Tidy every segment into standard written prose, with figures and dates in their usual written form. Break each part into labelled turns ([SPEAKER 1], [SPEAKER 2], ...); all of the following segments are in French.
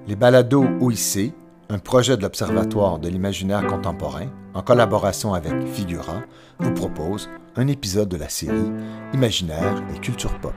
[SPEAKER 1] Les balados OIC, un projet de l'Observatoire de l'imaginaire contemporain, en collaboration avec Figura, vous propose un épisode de la série Imaginaire et culture pop.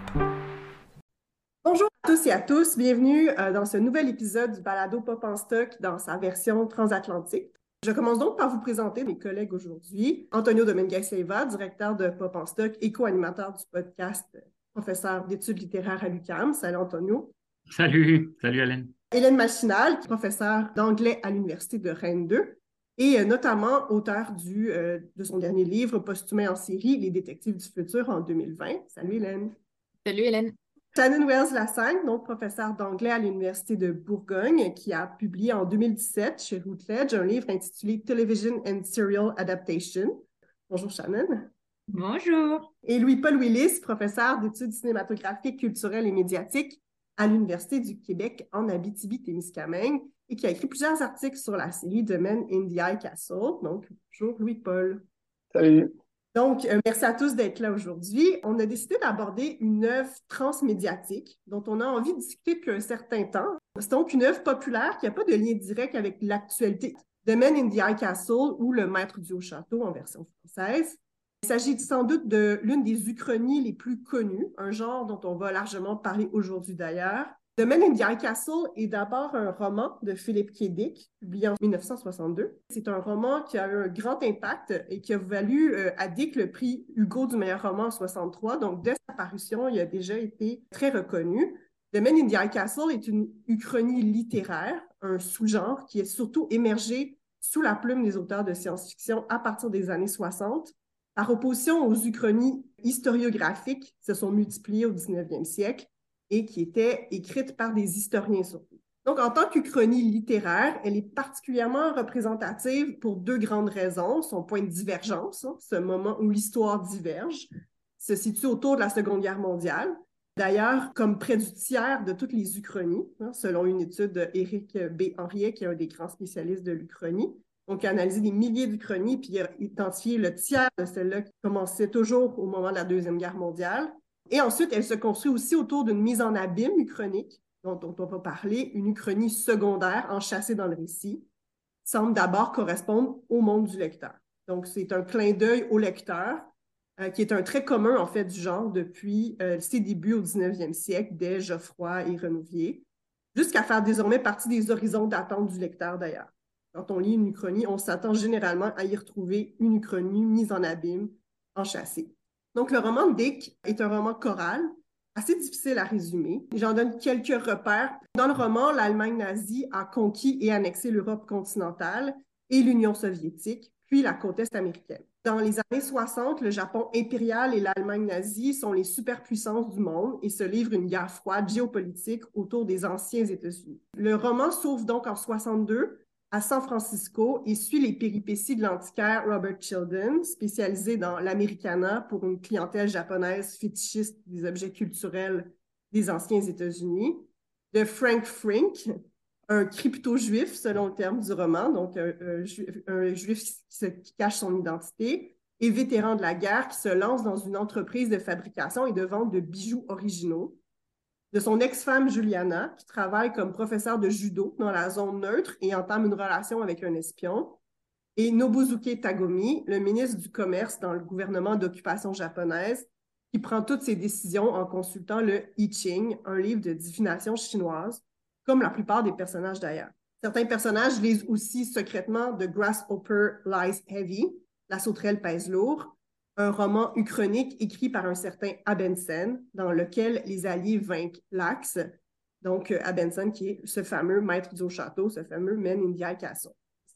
[SPEAKER 2] Bonjour à tous et à tous, bienvenue dans ce nouvel épisode du balado Pop en stock dans sa version transatlantique. Je commence donc par vous présenter mes collègues aujourd'hui. Antonio Dominguez-Leiva, directeur de Pop en stock et co-animateur du podcast, professeur d'études littéraires à l'UQAM. Salut Antonio.
[SPEAKER 3] Salut Hélène.
[SPEAKER 2] Hélène Machinal, professeure d'anglais à l'Université de Rennes 2 et notamment auteur de son dernier livre posthumé en série, Les détectives du futur en 2020. Salut Hélène.
[SPEAKER 4] Salut Hélène.
[SPEAKER 2] Shannon Wells-Lassagne, donc professeure d'anglais à l'Université de Bourgogne, qui a publié en 2017 chez Routledge un livre intitulé Television and Serial Adaptation. Bonjour Shannon.
[SPEAKER 4] Bonjour.
[SPEAKER 2] Et Louis-Paul Willis, professeur d'études cinématographiques, culturelles et médiatiques à l'Université du Québec en Abitibi-Témiscamingue et qui a écrit plusieurs articles sur la série The Men in the High Castle. Donc, bonjour Louis-Paul.
[SPEAKER 5] Salut.
[SPEAKER 2] Donc, merci à tous d'être là aujourd'hui. On a décidé d'aborder une œuvre transmédiatique dont on a envie de discuter depuis un certain temps. C'est donc une œuvre populaire qui n'a pas de lien direct avec l'actualité. The Man in the High Castle ou Le Maître du Haut-Château en version française. Il s'agit sans doute de l'une des uchronies les plus connues, un genre dont on va largement parler aujourd'hui d'ailleurs. The Man in the High Castle est d'abord un roman de Philip K. Dick, publié en 1962. C'est un roman qui a eu un grand impact et qui a valu à Dick le prix Hugo du meilleur roman en 1963. Donc, dès sa parution, il a déjà été très reconnu. The Man in the High Castle est une uchronie littéraire, un sous-genre qui est surtout émergé sous la plume des auteurs de science-fiction à partir des années 60. Par opposition aux uchronies historiographiques qui se sont multipliées au 19e siècle, et qui était écrite par des historiens surtout. Donc, en tant qu'uchronie littéraire, elle est particulièrement représentative pour deux grandes raisons. Son point de divergence, ce moment où l'histoire diverge, se situe autour de la Seconde Guerre mondiale. D'ailleurs, comme près du tiers de toutes les uchronies, selon une étude d'Éric B. Henriet, qui est un des grands spécialistes de l'uchronie. Donc, il a analysé des milliers d'uchronies, puis il a identifié le tiers de celles-là qui commençaient toujours au moment de la Deuxième Guerre mondiale. Et ensuite, elle se construit aussi autour d'une mise en abîme uchronique, dont on va parler, une uchronie secondaire enchâssée dans le récit, semble d'abord correspondre au monde du lecteur. Donc, c'est un clin d'œil au lecteur, qui est un trait commun, en fait, du genre depuis ses débuts au 19e siècle, dès Geoffroy et Renouvier, jusqu'à faire désormais partie des horizons d'attente du lecteur, d'ailleurs. Quand on lit une uchronie, on s'attend généralement à y retrouver une uchronie mise en abîme, enchâssée. Donc, le roman de Dick est un roman choral, assez difficile à résumer. J'en donne quelques repères. Dans le roman, l'Allemagne nazie a conquis et annexé l'Europe continentale et l'Union soviétique, puis la côte est américaine. Dans les années 60, le Japon impérial et l'Allemagne nazie sont les superpuissances du monde et se livrent une guerre froide géopolitique autour des anciens États-Unis. Le roman s'ouvre donc en 62 à San Francisco et suit les péripéties de l'antiquaire Robert Children, spécialisé dans l'Americana pour une clientèle japonaise fétichiste des objets culturels des anciens États-Unis, de Frank Frink, un crypto-juif selon le terme du roman, donc un juif qui cache son identité, et vétéran de la guerre qui se lance dans une entreprise de fabrication et de vente de bijoux originaux, de son ex-femme Juliana, qui travaille comme professeure de judo dans la zone neutre et entame une relation avec un espion, et Nobusuke Tagomi, le ministre du Commerce dans le gouvernement d'occupation japonaise, qui prend toutes ses décisions en consultant le I Ching, un livre de divination chinoise, comme la plupart des personnages d'ailleurs. Certains personnages lisent aussi secrètement The Grasshopper Lies Heavy, La sauterelle pèse lourd, un roman uchronique écrit par un certain Abensen, dans lequel les Alliés vainquent l'Axe. Donc, Abensen, qui est ce fameux maître du Haut-Château, ce fameux Men in the High Castle.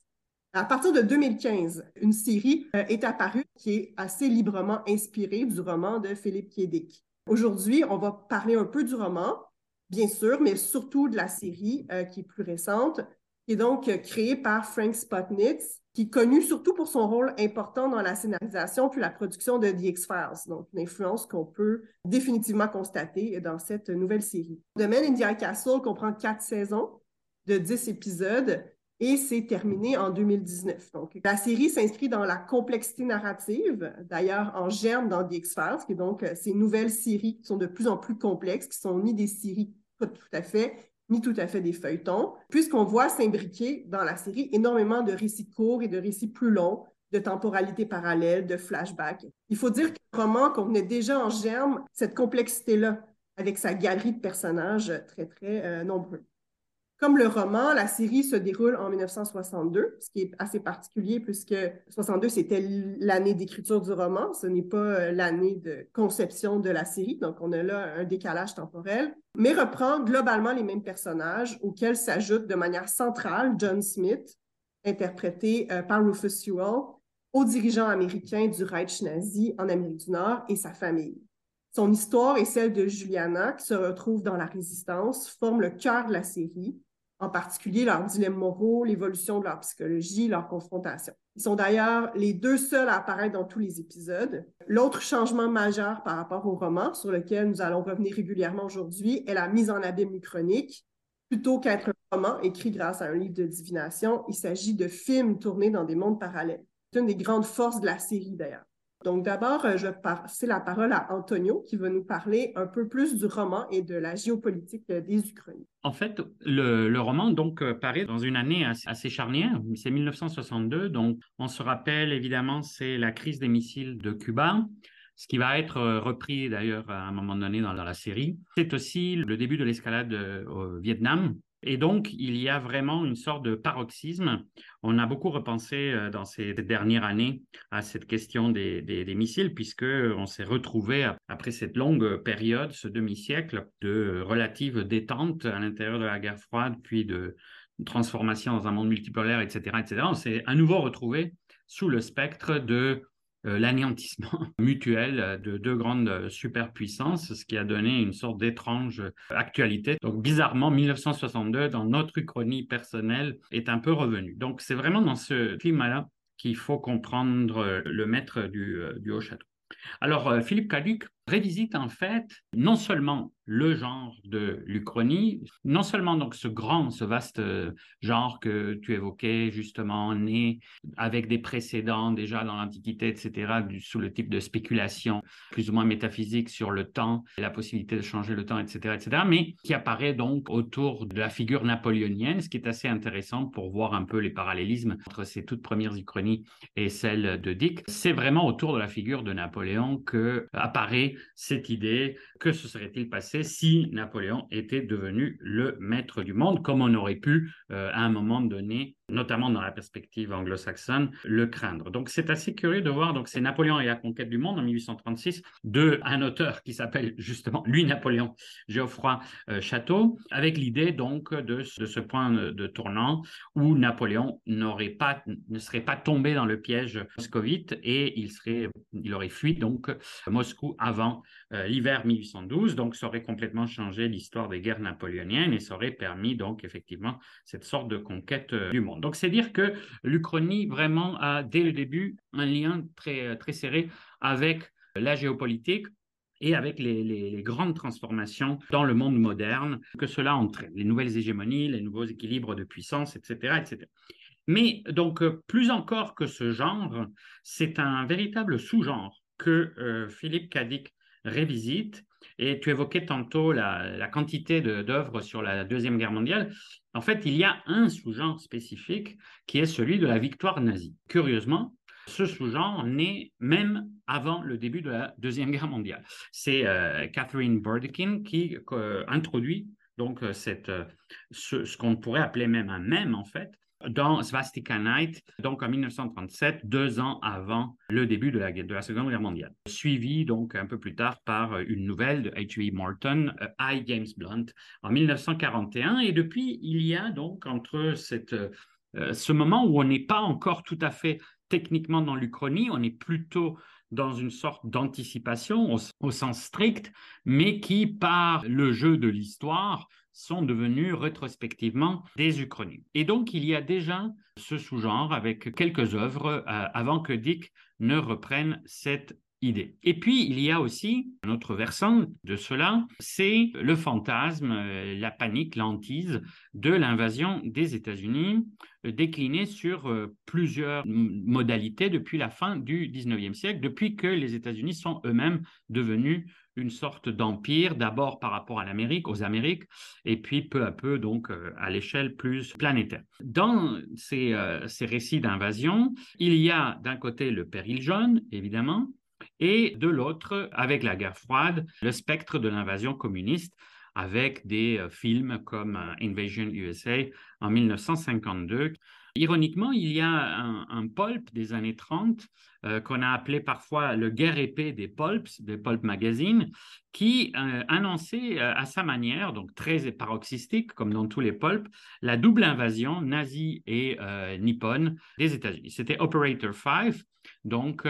[SPEAKER 2] À partir de 2015, une série est apparue qui est assez librement inspirée du roman de Philip K. Dick. Aujourd'hui, on va parler un peu du roman, bien sûr, mais surtout de la série qui est plus récente, qui est donc créée par Frank Spotnitz, qui est connu surtout pour son rôle important dans la scénarisation puis la production de The X-Files, donc une influence qu'on peut définitivement constater dans cette nouvelle série. The Man in the High Castle comprend 4 saisons de 10 épisodes et c'est terminé en 2019. Donc, la série s'inscrit dans la complexité narrative, d'ailleurs en germe dans The X-Files, qui est donc ces nouvelles séries qui sont de plus en plus complexes, qui sont ni des séries pas tout à fait, ni tout à fait des feuilletons, puisqu'on voit s'imbriquer dans la série énormément de récits courts et de récits plus longs, de temporalités parallèles, de flashbacks. Il faut dire que le roman contenait déjà en germe cette complexité-là, avec sa galerie de personnages très nombreux. Comme le roman, la série se déroule en 1962, ce qui est assez particulier puisque 62, c'était l'année d'écriture du roman, ce n'est pas l'année de conception de la série, donc on a là un décalage temporel, mais reprend globalement les mêmes personnages auxquels s'ajoute de manière centrale John Smith, interprété par Rufus Sewell, haut dirigeant américain du Reich nazi en Amérique du Nord et sa famille. Son histoire et celle de Juliana, qui se retrouve dans la Résistance, forment le cœur de la série, en particulier leurs dilemmes moraux, l'évolution de leur psychologie, leur confrontation. Ils sont d'ailleurs les deux seuls à apparaître dans tous les épisodes. L'autre changement majeur par rapport au roman, sur lequel nous allons revenir régulièrement aujourd'hui, est la mise en abîme uchronique. Plutôt qu'être un roman écrit grâce à un livre de divination, il s'agit de films tournés dans des mondes parallèles. C'est une des grandes forces de la série, d'ailleurs. Donc d'abord, je vais passer la parole à Antonio qui va nous parler un peu plus du roman et de la géopolitique des Uchronies.
[SPEAKER 3] En fait, le roman donc paraît dans une année assez charnière, c'est 1962, donc on se rappelle évidemment, c'est la crise des missiles de Cuba, ce qui va être repris d'ailleurs à un moment donné dans la série. C'est aussi le début de l'escalade au Vietnam. Et donc, il y a vraiment une sorte de paroxysme. On a beaucoup repensé dans ces dernières années à cette question des missiles, puisqu'on s'est retrouvé, après cette longue période, ce demi-siècle, de relative détente à l'intérieur de la guerre froide, puis de transformation dans un monde multipolaire, etc., etc. On s'est à nouveau retrouvé sous le spectre de l'anéantissement mutuel de deux grandes superpuissances, ce qui a donné une sorte d'étrange actualité. Donc, bizarrement, 1962, dans notre uchronie personnelle, est un peu revenu. Donc, c'est vraiment dans ce climat-là qu'il faut comprendre le maître du Haut-Château. Alors, Philippe Cadic révisite en fait non seulement le genre de l'Uchronie, non seulement donc ce vaste genre que tu évoquais justement, né avec des précédents déjà dans l'Antiquité, etc., sous le type de spéculation plus ou moins métaphysique sur le temps, la possibilité de changer le temps, etc., mais qui apparaît donc autour de la figure napoléonienne, ce qui est assez intéressant pour voir un peu les parallélismes entre ces toutes premières Uchronies et celles de Dick. C'est vraiment autour de la figure de Napoléon que apparaît cette idée, que se serait-il passé si Napoléon était devenu le maître du monde, comme on aurait pu à un moment donné, notamment dans la perspective anglo-saxonne, le craindre. Donc c'est assez curieux de voir, donc c'est Napoléon et la conquête du monde en 1836, d'un auteur qui s'appelle justement, lui Napoléon, Geoffroy Château, avec l'idée donc de ce point de tournant où Napoléon ne serait pas tombé dans le piège moscovite et il aurait fui donc Moscou avant l'hiver 1812, donc ça aurait complètement changé l'histoire des guerres napoléoniennes et ça aurait permis donc effectivement cette sorte de conquête du monde. Donc c'est dire que l'Uchronie vraiment a dès le début un lien très serré avec la géopolitique et avec les grandes transformations dans le monde moderne que cela entraîne, les nouvelles hégémonies, les nouveaux équilibres de puissance, etc., etc. Mais donc, plus encore que ce genre, c'est un véritable sous-genre que Philippe Cadic révisite. Et tu évoquais tantôt la quantité d'œuvres sur la Deuxième Guerre mondiale. En fait, il y a un sous-genre spécifique qui est celui de la victoire nazie. Curieusement, ce sous-genre naît même avant le début de la Deuxième Guerre mondiale. C'est Catherine Burdekin qui introduit donc ce qu'on pourrait appeler même un mème en fait, dans Swastika Night, donc en 1937, 2 ans avant le début de la Seconde Guerre mondiale. Suivi donc un peu plus tard par une nouvelle de H.V. Morton, I, James Blunt, en 1941. Et depuis, il y a donc entre ce moment où on n'est pas encore tout à fait techniquement dans l'Uchronie, on est plutôt dans une sorte d'anticipation au sens strict, mais qui, par le jeu de l'histoire, sont devenus rétrospectivement des uchronies. Et donc, il y a déjà ce sous-genre avec quelques œuvres avant que Dick ne reprenne cette idée. Et puis, il y a aussi un autre versant de cela, c'est le fantasme, la panique, l'hantise de l'invasion des États-Unis, déclinée sur plusieurs modalités depuis la fin du 19e siècle, depuis que les États-Unis sont eux-mêmes devenus une sorte d'empire, d'abord par rapport à l'Amérique, aux Amériques, et puis peu à peu donc à l'échelle plus planétaire. Dans ces récits d'invasion, il y a d'un côté le péril jaune, évidemment, et de l'autre, avec la guerre froide, le spectre de l'invasion communiste, avec des films comme Invasion USA en 1952. Ironiquement, il y a un pulp des années 30 qu'on a appelé parfois le guerre épée des pulp magazines, qui annonçait à sa manière, donc très paroxystique comme dans tous les pulps, la double invasion nazie et nippone des États-Unis. C'était Operator 5, donc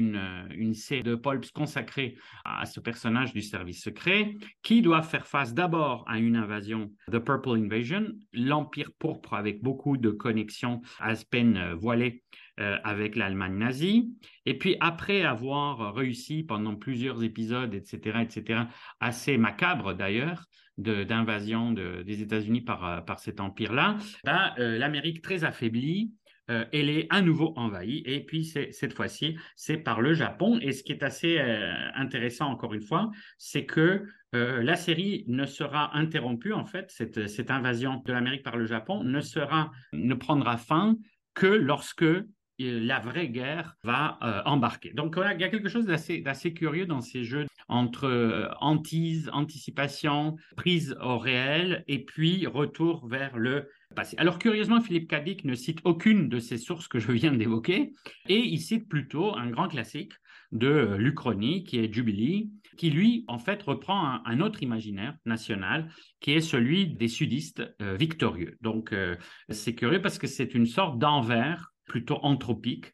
[SPEAKER 3] une série de pulps consacrés à ce personnage du service secret qui doit faire face d'abord à une invasion, The Purple Invasion, l'Empire pourpre avec beaucoup de connexions à peine voilées avec l'Allemagne nazie. Et puis après avoir réussi pendant plusieurs épisodes, etc., assez macabres d'ailleurs, d'invasion des États-Unis par cet empire-là, l'Amérique très affaiblie, elle est à nouveau envahie, et puis cette fois-ci, c'est par le Japon. Et ce qui est assez intéressant, encore une fois, c'est que la série ne sera interrompue, en fait, cette invasion de l'Amérique par le Japon ne prendra fin que lorsque la vraie guerre va embarquer. Donc, il y a quelque chose d'assez curieux dans ces jeux entre hantise, anticipation, prise au réel et puis retour vers le passé. Alors, curieusement, Philippe K. Dick ne cite aucune de ces sources que je viens d'évoquer et il cite plutôt un grand classique de l'Uchronie qui est Jubilee, qui lui, en fait, reprend un autre imaginaire national qui est celui des sudistes victorieux. Donc, c'est curieux parce que c'est une sorte d'envers plutôt anthropique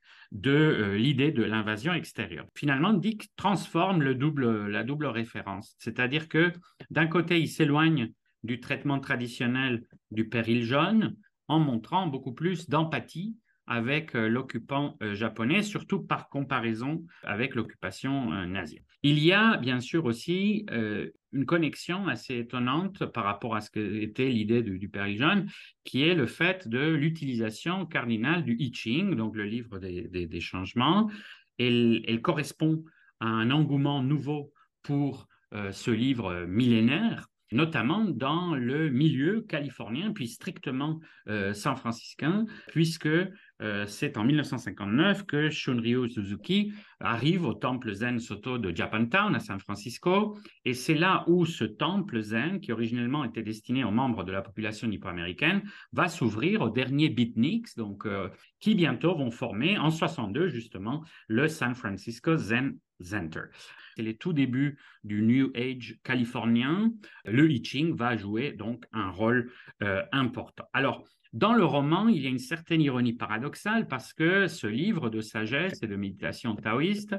[SPEAKER 3] de l'idée de l'invasion extérieure. Finalement, Dick transforme la double référence, c'est-à-dire que d'un côté, il s'éloigne du traitement traditionnel du péril jaune en montrant beaucoup plus d'empathie avec l'occupant japonais, surtout par comparaison avec l'occupation nazie. Il y a bien sûr aussi une connexion assez étonnante par rapport à ce qu'était l'idée du péril jaune, qui est le fait de l'utilisation cardinale du I Ching, donc le livre des changements. Elle correspond à un engouement nouveau pour ce livre millénaire, notamment dans le milieu californien, puis strictement san-franciscain, puisque c'est en 1959 que Shunryu Suzuki arrive au temple zen Soto de Japantown à San Francisco, et c'est là où ce temple zen, qui originellement était destiné aux membres de la population nippo-américaine, va s'ouvrir aux derniers beatniks, donc qui bientôt vont former en 62 justement le San Francisco Zen Center. C'est les tout débuts du New Age californien. Le I Ching va jouer donc un rôle important. Alors, dans le roman, il y a une certaine ironie paradoxale parce que ce livre de sagesse et de méditation taoïste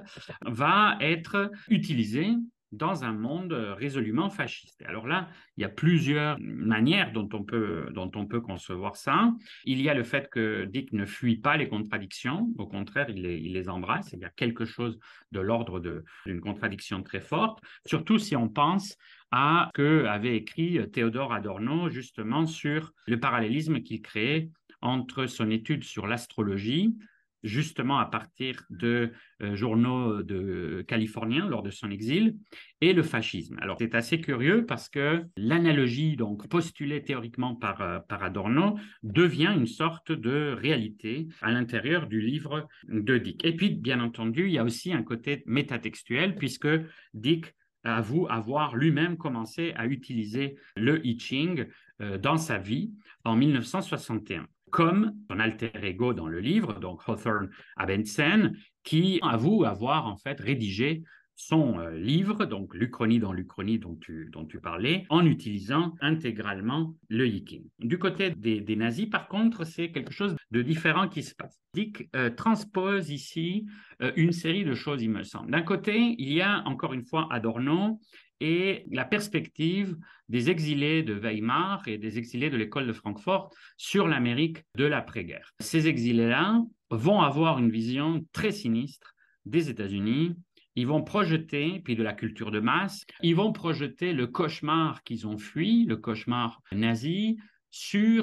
[SPEAKER 3] va être utilisé dans un monde résolument fasciste. Et alors là, il y a plusieurs manières dont on peut concevoir ça. Il y a le fait que Dick ne fuit pas les contradictions, au contraire, il les embrasse. Il y a quelque chose de l'ordre d'une contradiction très forte, surtout si on pense à ce qu'avait écrit Théodore Adorno justement sur le parallélisme qu'il créait entre son étude sur l'astrologie, justement à partir de journaux californiens lors de son exil, et le fascisme. Alors, c'est assez curieux parce que l'analogie, donc postulée théoriquement par Adorno, devient une sorte de réalité à l'intérieur du livre de Dick. Et puis, bien entendu, il y a aussi un côté métatextuel, puisque Dick avoue avoir lui-même commencé à utiliser le I Ching dans sa vie en 1961. Comme son alter ego dans le livre, donc Hawthorne Abensen, qui avoue avoir en fait rédigé son livre, donc l'Uchronie dans l'Uchronie dont tu parlais, en utilisant intégralement le I Ching. Du côté des nazis, par contre, c'est quelque chose de différent qui se passe. Dick transpose ici une série de choses, il me semble. D'un côté, il y a encore une fois Adorno et la perspective des exilés de Weimar et des exilés de l'école de Francfort sur l'Amérique de l'après-guerre. Ces exilés-là vont avoir une vision très sinistre des États-Unis. Ils vont projeter, puis de la culture de masse, ils vont projeter le cauchemar qu'ils ont fui, le cauchemar nazi, sur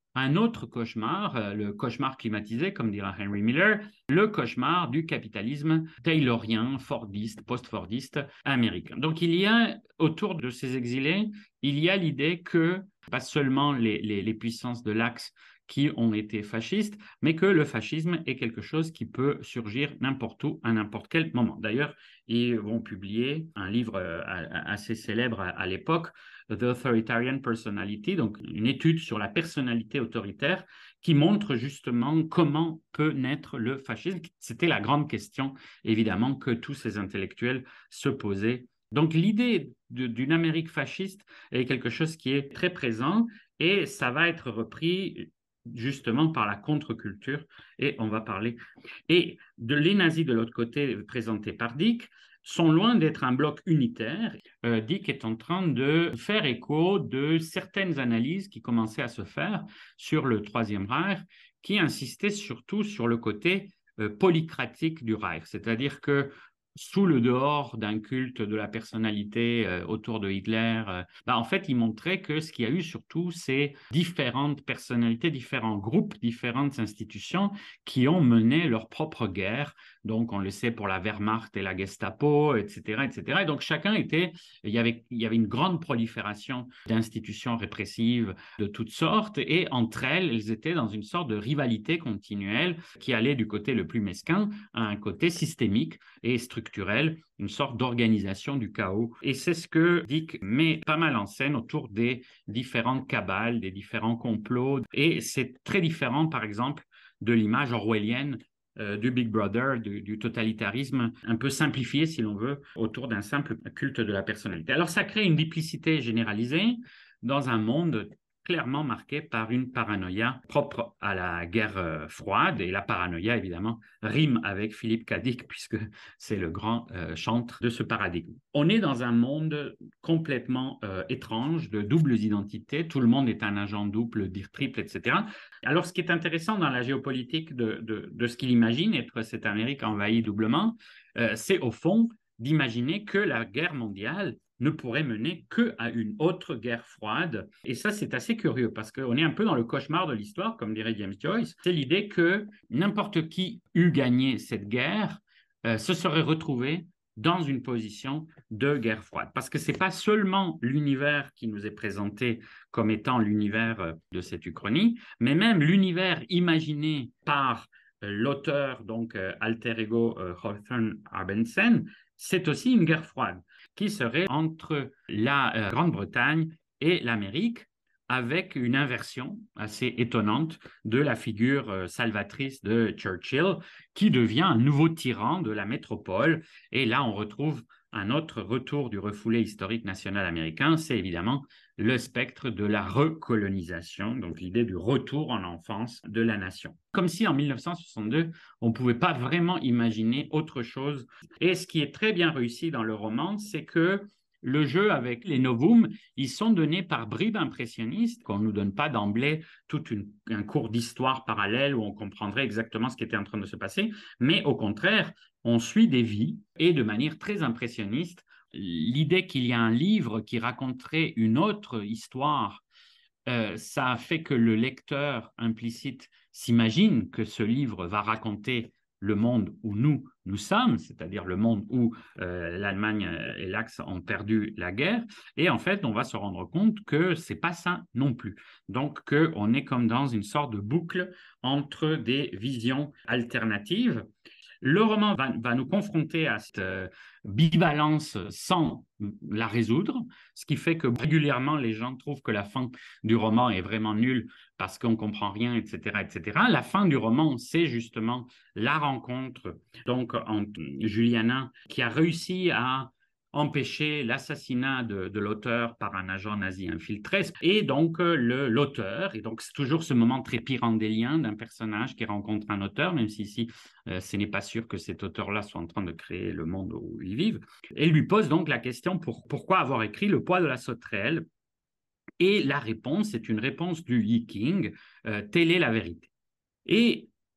[SPEAKER 3] un autre cauchemar, le cauchemar climatisé, comme dira Henry Miller, le cauchemar du capitalisme taylorien, fordiste, post-fordiste américain. Donc il y a, autour de ces exilés, il y a l'idée que, pas seulement les puissances de l'Axe qui ont été fascistes, mais que le fascisme est quelque chose qui peut surgir n'importe où, à n'importe quel moment. D'ailleurs, ils vont publier un livre assez célèbre à l'époque, The Authoritarian Personality, donc une étude sur la personnalité autoritaire qui montre justement comment peut naître le fascisme. C'était la grande question, évidemment, que tous ces intellectuels se posaient. Donc l'idée d'une Amérique fasciste est quelque chose qui est très présent et ça va être repris justement par la contre-culture et on va parler. Et les nazis de l'autre côté, présentés par Dick, sont loin d'être un bloc unitaire. Dick est en train de faire écho de certaines analyses qui commençaient à se faire sur le Troisième Reich, qui insistaient surtout sur le côté polycratique du Reich, c'est-à-dire que sous le dehors d'un culte de la personnalité autour de Hitler, en fait, il montrait que ce qu'il y a eu surtout, c'est différentes personnalités, différents groupes, différentes institutions qui ont mené leur propre guerre. Donc, on le sait pour la Wehrmacht et la Gestapo, etc., etc. Et donc, il y avait une grande prolifération d'institutions répressives de toutes sortes, et entre elles, elles étaient dans une sorte de rivalité continuelle qui allait du côté le plus mesquin à un côté systémique et structurelle, une sorte d'organisation du chaos. Et c'est ce que Dick met pas mal en scène autour des différentes cabales, des différents complots. Et c'est très différent, par exemple, de l'image orwellienne du Big Brother, du totalitarisme un peu simplifié, si l'on veut, autour d'un simple culte de la personnalité. Alors, ça crée une duplicité généralisée dans un monde clairement marqué par une paranoïa propre à la guerre froide. Et la paranoïa, évidemment, rime avec Philippe K. Dick, puisque c'est le grand chantre de ce paradigme. On est dans un monde complètement étrange, de doubles identités. Tout le monde est un agent double, dire triple, etc. Alors, ce qui est intéressant dans la géopolitique de ce qu'il imagine être cette Amérique envahie doublement, c'est au fond d'imaginer que la guerre mondiale ne pourrait mener qu'à une autre guerre froide. Et ça, c'est assez curieux parce qu'on est un peu dans le cauchemar de l'histoire, comme dirait James Joyce. C'est l'idée que n'importe qui eût gagné cette guerre se serait retrouvé dans une position de guerre froide. Parce que ce n'est pas seulement l'univers qui nous est présenté comme étant l'univers de cette uchronie, mais même l'univers imaginé par l'auteur, donc alter ego Hawthorne Arbensen, c'est aussi une guerre froide qui serait entre la Grande-Bretagne et l'Amérique, avec une inversion assez étonnante de la figure salvatrice de Churchill, qui devient un nouveau tyran de la métropole. Et là, on retrouve un autre retour du refoulé historique national américain, c'est évidemment le spectre de la recolonisation, donc l'idée du retour en enfance de la nation. Comme si en 1962, on ne pouvait pas vraiment imaginer autre chose. Et ce qui est très bien réussi dans le roman, c'est que le jeu avec les novums, ils sont donnés par bribes impressionnistes, qu'on ne nous donne pas d'emblée tout un cours d'histoire parallèle où on comprendrait exactement ce qui était en train de se passer, mais au contraire, on suit des vies et de manière très impressionniste. L'idée qu'il y a un livre qui raconterait une autre histoire, ça a fait que le lecteur implicite s'imagine que ce livre va raconter le monde où nous sommes, c'est-à-dire le monde où l'Allemagne et l'Axe ont perdu la guerre. Et en fait, on va se rendre compte que ce n'est pas ça non plus. Donc, qu'on est comme dans une sorte de boucle entre des visions alternatives. Le roman va nous confronter à cette bivalence sans la résoudre, ce qui fait que régulièrement les gens trouvent que la fin du roman est vraiment nulle parce qu'on ne comprend rien, etc., etc. La fin du roman, c'est justement la rencontre donc entre Juliana qui a réussi à empêcher l'assassinat de l'auteur par un agent nazi infiltré. Et donc, l'auteur, et donc c'est toujours ce moment très pyrandélien d'un personnage qui rencontre un auteur, même si ici, ce n'est pas sûr que cet auteur-là soit en train de créer le monde où ils vivent. Et lui pose donc la question pourquoi avoir écrit Le poids de la sauterelle. Et la réponse est une réponse du Yi King, telle est la vérité. Et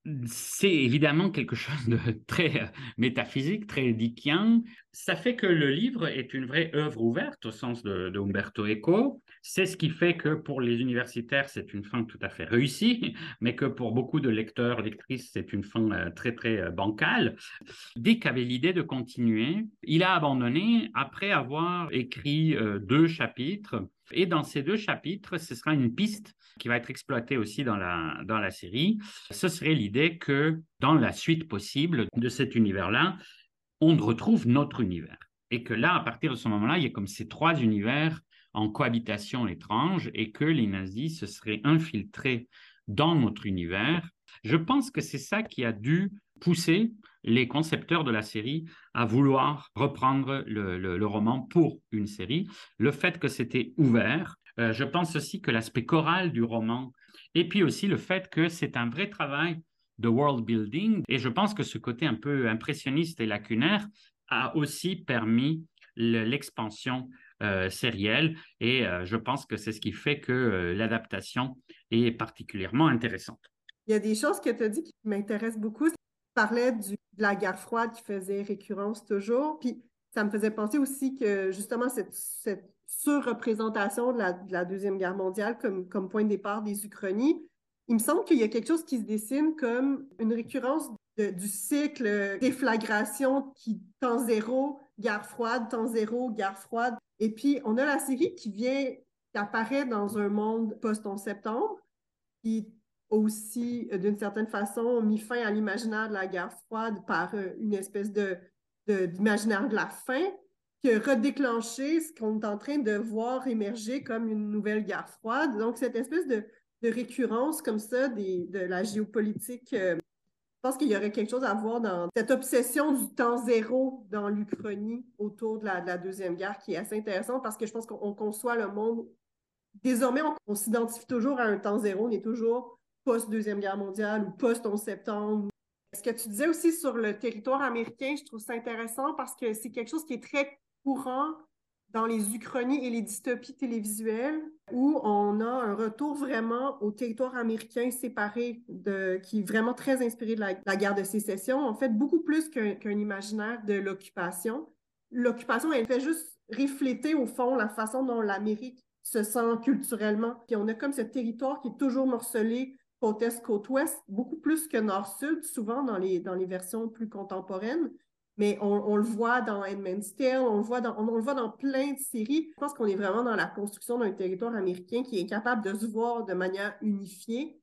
[SPEAKER 3] C'est évidemment quelque chose de très métaphysique, très Dickien. Ça fait que le livre est une vraie œuvre ouverte au sens de Umberto Eco. C'est ce qui fait que pour les universitaires, c'est une fin tout à fait réussie, mais que pour beaucoup de lecteurs, lectrices, c'est une fin très, très bancale. Dick avait l'idée de continuer. Il a abandonné après avoir écrit 2 chapitres. Et dans ces 2 chapitres, ce sera une piste qui va être exploitée aussi dans la série. Ce serait l'idée que dans la suite possible de cet univers-là, on retrouve notre univers. Et que là, à partir de ce moment-là, il y a comme ces 3 univers en cohabitation étrange et que les nazis se seraient infiltrés dans notre univers. Je pense que c'est ça qui a dû pousser les concepteurs de la série à vouloir reprendre le roman pour une série. Le fait que c'était ouvert. Je pense aussi que l'aspect choral du roman et puis aussi le fait que c'est un vrai travail de world building. Et je pense que ce côté un peu impressionniste et lacunaire a aussi permis l'expansion sérielle. Et je pense que c'est ce qui fait que l'adaptation est particulièrement intéressante.
[SPEAKER 2] Il y a des choses que tu as dit qui m'intéressent beaucoup. Tu parlais de la guerre froide qui faisait récurrence toujours. Puis ça me faisait penser aussi que justement cette surreprésentation de la Deuxième Guerre mondiale comme point de départ des Uchronies, il me semble qu'il y a quelque chose qui se dessine comme une récurrence du cycle déflagration qui temps zéro, guerre froide, temps zéro, guerre froide. Et puis on a la série qui apparaît dans un monde post-11 septembre, qui aussi, d'une certaine façon, mis fin à l'imaginaire de la guerre froide par une espèce d'imaginaire de la fin, qui a redéclenché ce qu'on est en train de voir émerger comme une nouvelle guerre froide. Donc, cette espèce de récurrence comme ça de la géopolitique, je pense qu'il y aurait quelque chose à voir dans cette obsession du temps zéro dans l'Uchronie autour de la Deuxième Guerre qui est assez intéressante parce que je pense qu'on conçoit le monde. Désormais, on s'identifie toujours à un temps zéro, on est toujours post-Deuxième Guerre mondiale ou post-11 septembre. Ce que tu disais aussi sur le territoire américain, je trouve ça intéressant parce que c'est quelque chose qui est très courant dans les uchronies et les dystopies télévisuelles où on a un retour vraiment au territoire américain séparé qui est vraiment très inspiré de la guerre de sécession. En fait, beaucoup plus qu'un imaginaire de l'occupation. L'occupation, elle fait juste refléter au fond la façon dont l'Amérique se sent culturellement. Puis on a comme ce territoire qui est toujours morcelé côte est, côte ouest, beaucoup plus que nord-sud, souvent dans les versions plus contemporaines. Mais on le voit dans Handmaid's Tale, on le voit dans plein de séries. Je pense qu'on est vraiment dans la construction d'un territoire américain qui est capable de se voir de manière unifiée.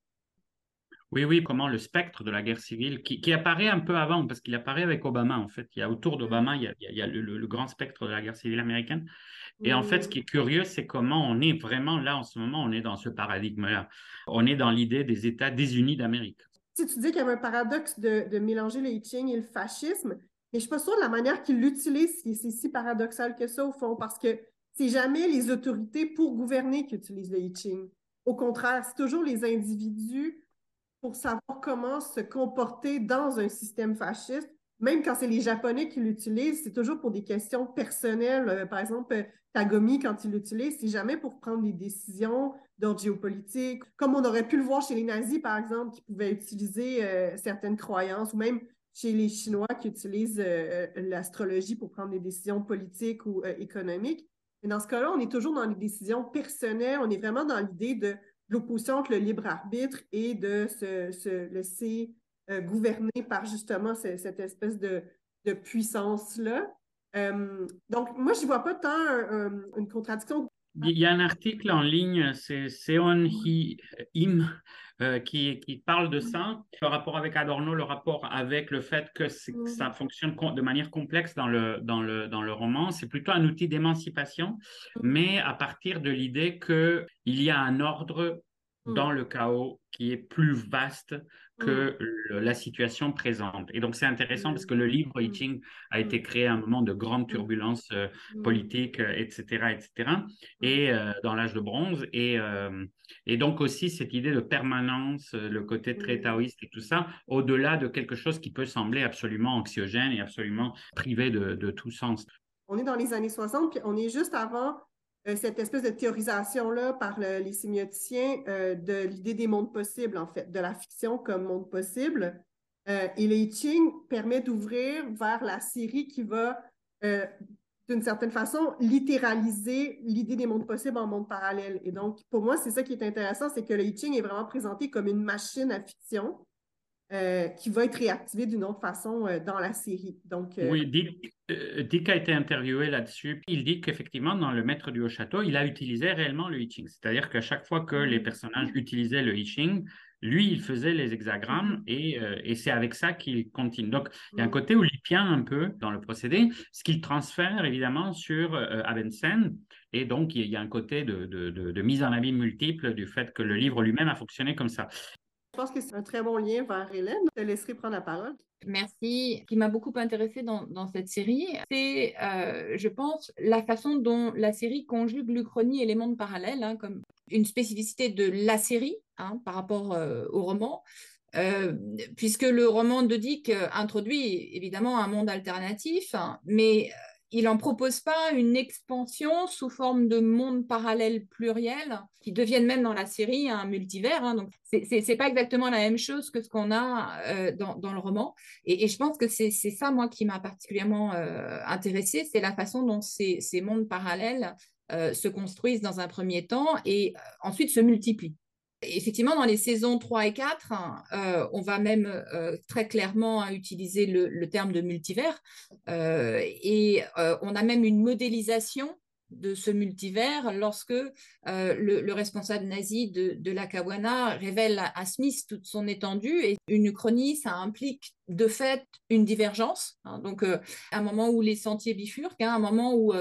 [SPEAKER 3] Oui, oui, comment le spectre de la guerre civile, qui apparaît un peu avant, parce qu'il apparaît avec Obama, en fait. Il y a autour d'Obama, il y a le grand spectre de la guerre civile américaine. Et en fait, ce qui est curieux, c'est comment on est vraiment là, en ce moment, on est dans ce paradigme-là. On est dans l'idée des États désunis d'Amérique.
[SPEAKER 2] Si tu dis qu'il y avait un paradoxe de mélanger le hitching et le fascisme, mais je ne suis pas sûre de la manière qu'il l'utilise, c'est si paradoxal que ça, au fond, parce que c'est jamais les autorités pour gouverner qui utilisent le hitching. Au contraire, c'est toujours les individus pour savoir comment se comporter dans un système fasciste. Même quand c'est les Japonais qui l'utilisent, c'est toujours pour des questions personnelles. Par exemple, Tagomi, quand il l'utilise, c'est jamais pour prendre des décisions d'ordre géopolitique, comme on aurait pu le voir chez les nazis, par exemple, qui pouvaient utiliser certaines croyances, ou même chez les Chinois qui utilisent l'astrologie pour prendre des décisions politiques ou économiques. Mais dans ce cas-là, on est toujours dans les décisions personnelles, on est vraiment dans l'idée de l'opposition entre le libre arbitre et de se laisser gouverner par justement cette espèce de puissance-là. Donc, moi, je ne vois pas tant une contradiction.
[SPEAKER 3] Il y a un article en ligne, c'est Seon Hee Im, qui parle de ça, le rapport avec Adorno, le rapport avec le fait que ça fonctionne de manière complexe dans le roman. C'est plutôt un outil d'émancipation, mais à partir de l'idée qu'il y a un ordre dans le chaos qui est plus vaste que la situation présente. Et donc, c'est intéressant parce que le livre Hitching a été créé à un moment de grande turbulence politique, etc., etc., et dans l'âge de bronze. Et donc aussi, cette idée de permanence, le côté très taoïste et tout ça, au-delà de quelque chose qui peut sembler absolument anxiogène et absolument privé de tout sens.
[SPEAKER 2] On est dans les années 60, puis on est juste avant cette espèce de théorisation-là par les sémioticiens de l'idée des mondes possibles, en fait, de la fiction comme monde possible. Et le I Ching permet d'ouvrir vers la série qui va, d'une certaine façon, littéraliser l'idée des mondes possibles en monde parallèle. Et donc, pour moi, c'est ça qui est intéressant, c'est que le I Ching est vraiment présenté comme une machine à fiction qui va être réactivée d'une autre façon dans la série. Donc,
[SPEAKER 3] Oui, Dick a été interviewé là-dessus. Il dit qu'effectivement, dans Le Maître du Haut-Château, il a utilisé réellement le I Ching. C'est-à-dire qu'à chaque fois que les personnages utilisaient le I Ching, lui, il faisait les hexagrammes et c'est avec ça qu'il continue. Donc, il y a un côté olympien un peu dans le procédé, ce qu'il transfère évidemment sur Abensen. Et donc, il y a un côté de mise en abîme multiple du fait que le livre lui-même a fonctionné comme ça.
[SPEAKER 2] je pense que c'est un très bon lien vers Hélène. Je te laisserai prendre la parole.
[SPEAKER 4] Merci. Ce qui m'a beaucoup intéressée dans cette série, c'est, je pense, la façon dont la série conjugue l'Uchronie et les mondes parallèles, hein, comme une spécificité de la série, hein, par rapport au roman. Puisque le roman de Dick introduit évidemment un monde alternatif, hein, mais il n'en propose pas une expansion sous forme de monde parallèle pluriel qui deviennent même dans la série un multivers. Hein, donc, c'est pas exactement la même chose que ce qu'on a dans le roman. Et je pense que c'est ça, moi, qui m'a particulièrement intéressée, c'est la façon dont ces mondes parallèles se construisent dans un premier temps et ensuite se multiplient. Effectivement, dans les saisons 3 et 4, on va même très clairement utiliser le terme de multivers et on a même une modélisation de ce multivers lorsque le responsable nazi de l'Akawana révèle à Smith toute son étendue et une uchronie, ça implique de fait une divergence. Hein, donc, un moment où les sentiers bifurquent, hein, un moment où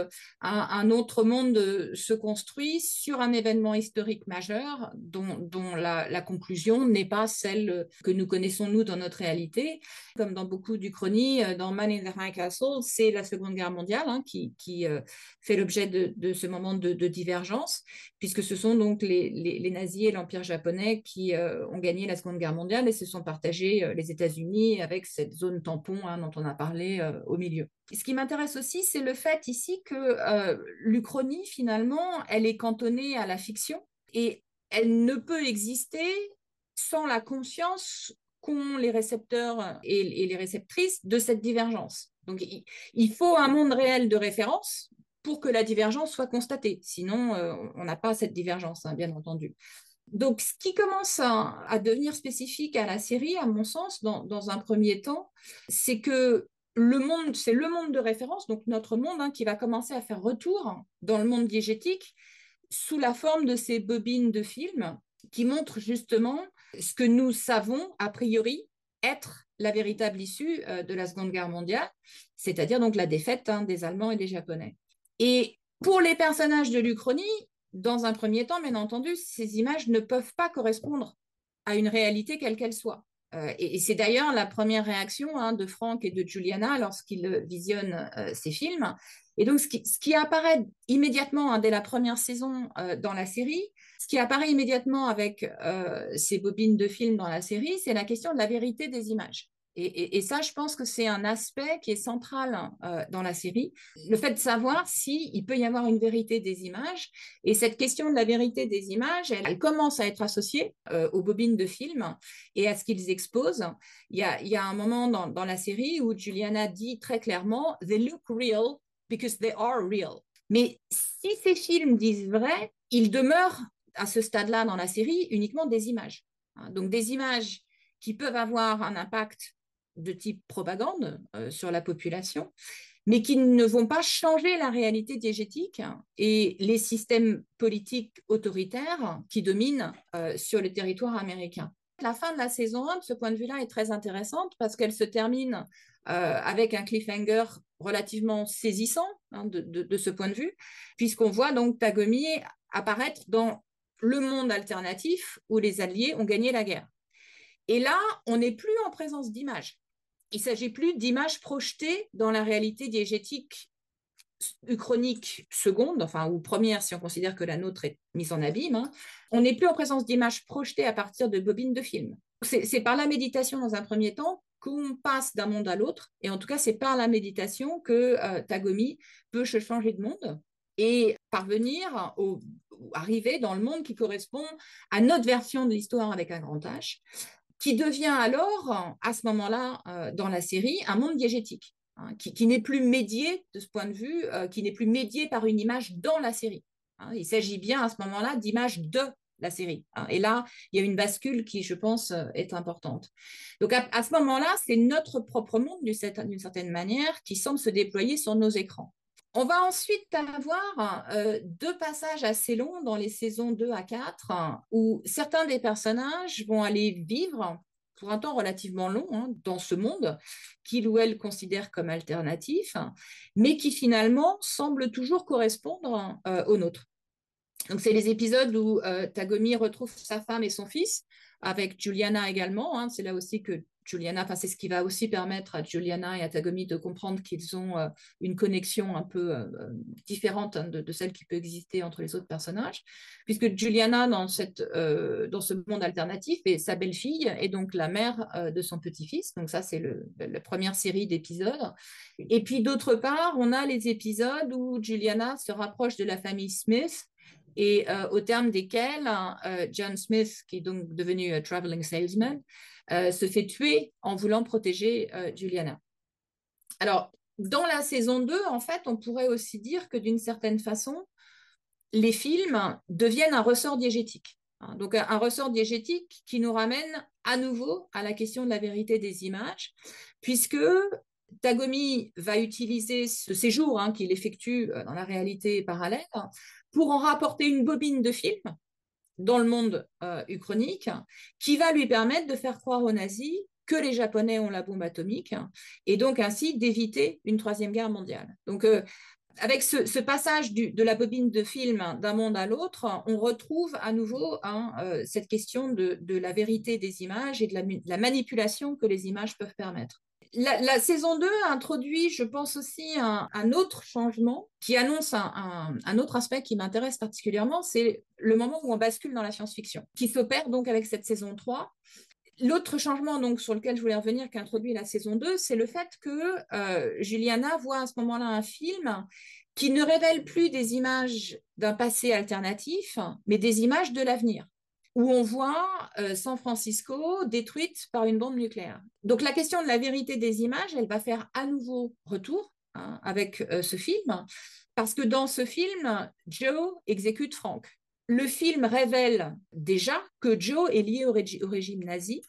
[SPEAKER 4] un autre monde se construit sur un événement historique majeur dont la conclusion n'est pas celle que nous connaissons, nous, dans notre réalité. Comme dans beaucoup d'uchronies, dans Man in the High Castle, c'est la Seconde Guerre mondiale hein, qui fait l'objet de ce moment de divergence, puisque ce sont donc les nazis et l'Empire japonais qui ont gagné la Seconde Guerre mondiale et se sont partagés les États-Unis avec cette zone tampon hein, dont on a parlé au milieu. Ce qui m'intéresse aussi, c'est le fait ici que l'Uchronie, finalement, elle est cantonnée à la fiction et elle ne peut exister sans la conscience qu'ont les récepteurs et les réceptrices de cette divergence. Donc, il faut un monde réel de référence pour que la divergence soit constatée. Sinon, on n'a pas cette divergence, hein, bien entendu. Donc, ce qui commence à devenir spécifique à la série, à mon sens, dans un premier temps, c'est que c'est le monde de référence, donc notre monde, hein, qui va commencer à faire retour dans le monde diégétique sous la forme de ces bobines de films qui montrent justement ce que nous savons, a priori, être la véritable issue de la Seconde Guerre mondiale, c'est-à-dire donc la défaite hein, des Allemands et des Japonais. Et pour les personnages de l'Uchronie, dans un premier temps, bien entendu, ces images ne peuvent pas correspondre à une réalité quelle qu'elle soit. Et c'est d'ailleurs la première réaction hein, de Frank et de Juliana lorsqu'ils visionnent ces films. Et donc, ce qui apparaît immédiatement hein, dès la première saison dans la série, ce qui apparaît immédiatement avec ces bobines de films dans la série, c'est la question de la vérité des images. Et ça, je pense que c'est un aspect qui est central dans la série, le fait de savoir s'il peut y avoir une vérité des images. Et cette question de la vérité des images, elle commence à être associée aux bobines de films et à ce qu'ils exposent. Il y a un moment dans la série où Juliana dit très clairement « They look real because they are real ». Mais si ces films disent vrai, ils demeurent à ce stade-là dans la série uniquement des images. Donc des images qui peuvent avoir un impact de type propagande sur la population, mais qui ne vont pas changer la réalité diégétique et les systèmes politiques autoritaires qui dominent sur le territoire américain. La fin de la saison 1, de ce point de vue-là, est très intéressante parce qu'elle se termine avec un cliffhanger relativement saisissant hein, de ce point de vue, puisqu'on voit donc Tagomi apparaître dans le monde alternatif où les Alliés ont gagné la guerre. Et là, on n'est plus en présence d'images. Il ne s'agit plus d'images projetées dans la réalité diégétique uchronique seconde, enfin, ou première si on considère que la nôtre est mise en abîme. Hein. On n'est plus en présence d'images projetées à partir de bobines de films. C'est par la méditation dans un premier temps qu'on passe d'un monde à l'autre, et en tout cas, c'est par la méditation que Tagomi peut se changer de monde et parvenir arriver dans le monde qui correspond à notre version de l'histoire avec un grand H, qui devient alors, à ce moment-là, dans la série, un monde diégétique, hein, qui n'est plus médié, de ce point de vue, qui n'est plus médié par une image dans la série. Hein. Il s'agit bien, à ce moment-là, d'images de la série. Hein. Et là, il y a une bascule qui, je pense, est importante. Donc, à ce moment-là, c'est notre propre monde, d'une certaine manière, qui semble se déployer sur nos écrans. On va ensuite avoir deux passages assez longs dans les saisons 2 à 4 où certains des personnages vont aller vivre pour un temps relativement long dans ce monde qu'ils ou elles considèrent comme alternatif, mais qui finalement semble toujours correspondre au nôtre. Donc, c'est les épisodes où Tagomi retrouve sa femme et son fils, avec Juliana également. Hein. C'est là aussi que Juliana, enfin, c'est ce qui va aussi permettre à Juliana et à Tagomi de comprendre qu'ils ont une connexion un peu différente de celle qui peut exister entre les autres personnages, puisque Juliana, dans ce monde alternatif, est sa belle-fille et donc la mère de son petit-fils. Donc ça, c'est la première série d'épisodes. Et puis, d'autre part, on a les épisodes où Juliana se rapproche de la famille Smith, et au terme desquels John Smith, qui est donc devenu traveling salesman, se fait tuer en voulant protéger Juliana. Alors, dans la saison 2, en fait, on pourrait aussi dire que d'une certaine façon, les films deviennent un ressort diégétique. Hein, donc, un ressort diégétique qui nous ramène à nouveau à la question de la vérité des images, puisque Tagomi va utiliser ce séjour qu'il effectue dans la réalité parallèle pour en rapporter une bobine de film dans le monde uchronique qui va lui permettre de faire croire aux nazis que les Japonais ont la bombe atomique et donc ainsi d'éviter une troisième guerre mondiale. Donc, avec ce passage de la bobine de film d'un monde à l'autre, on retrouve à nouveau cette question de la vérité des images et de la manipulation que les images peuvent permettre. La saison 2 introduit, je pense aussi, un autre changement qui annonce un autre aspect qui m'intéresse particulièrement, c'est le moment où on bascule dans la science-fiction, qui s'opère donc avec cette saison 3. L'autre changement donc, sur lequel je voulais revenir, qu'introduit la saison 2, c'est le fait que Juliana voit à ce moment-là un film qui ne révèle plus des images d'un passé alternatif, mais des images de l'avenir, où on voit San Francisco détruite par une bombe nucléaire. Donc la question de la vérité des images, elle va faire à nouveau retour avec ce film, parce que dans ce film, Joe exécute Frank. Le film révèle déjà que Joe est lié au régime nazi,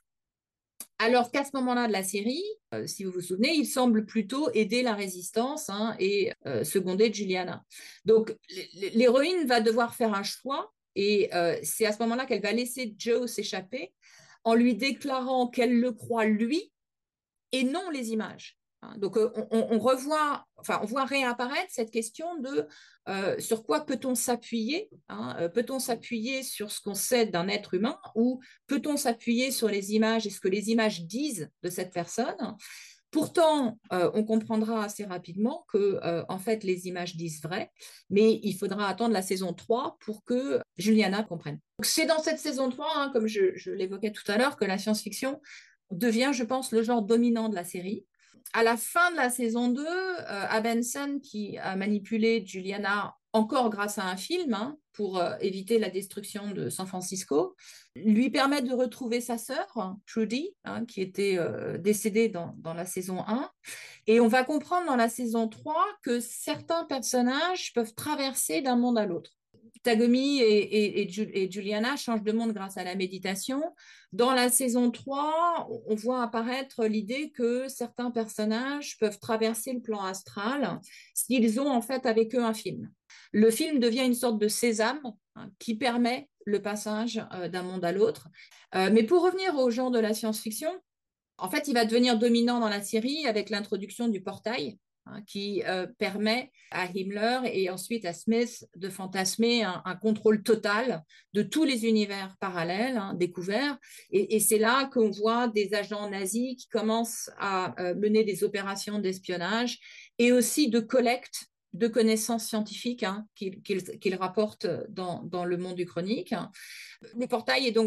[SPEAKER 4] alors qu'à ce moment-là de la série, si vous vous souvenez, il semble plutôt aider la résistance et seconder Juliana. Donc l'héroïne va devoir faire un choix et c'est à ce moment-là qu'elle va laisser Joe s'échapper en lui déclarant qu'elle le croit lui et non les images. Donc on voit réapparaître cette question de sur quoi peut-on s'appuyer, peut-on s'appuyer sur ce qu'on sait d'un être humain ou peut-on s'appuyer sur les images et ce que les images disent de cette personne. Pourtant, on comprendra assez rapidement que en fait les images disent vrai, mais il faudra attendre la saison 3 pour que Juliana comprenne. Donc, c'est dans cette saison 3, comme je l'évoquais tout à l'heure, que la science-fiction devient, je pense, le genre dominant de la série. À la fin de la saison 2, Abenson, qui a manipulé Juliana encore grâce à un film pour éviter la destruction de San Francisco, lui permet de retrouver sa sœur, Trudy, qui était décédée dans la saison 1. Et on va comprendre dans la saison 3 que certains personnages peuvent traverser d'un monde à l'autre. Tagomi et Juliana changent de monde grâce à la méditation. Dans la saison 3, on voit apparaître l'idée que certains personnages peuvent traverser le plan astral s'ils ont en fait avec eux un film. Le film devient une sorte de sésame qui permet le passage d'un monde à l'autre. Mais pour revenir au genre de la science-fiction, en fait, il va devenir dominant dans la série avec l'introduction du portail, qui permet à Himmler et ensuite à Smith de fantasmer un contrôle total de tous les univers parallèles découverts. Et c'est là qu'on voit des agents nazis qui commencent à mener des opérations d'espionnage et aussi de collecte de connaissances scientifiques qu'ils rapportent dans le monde uchronique. Le portail est donc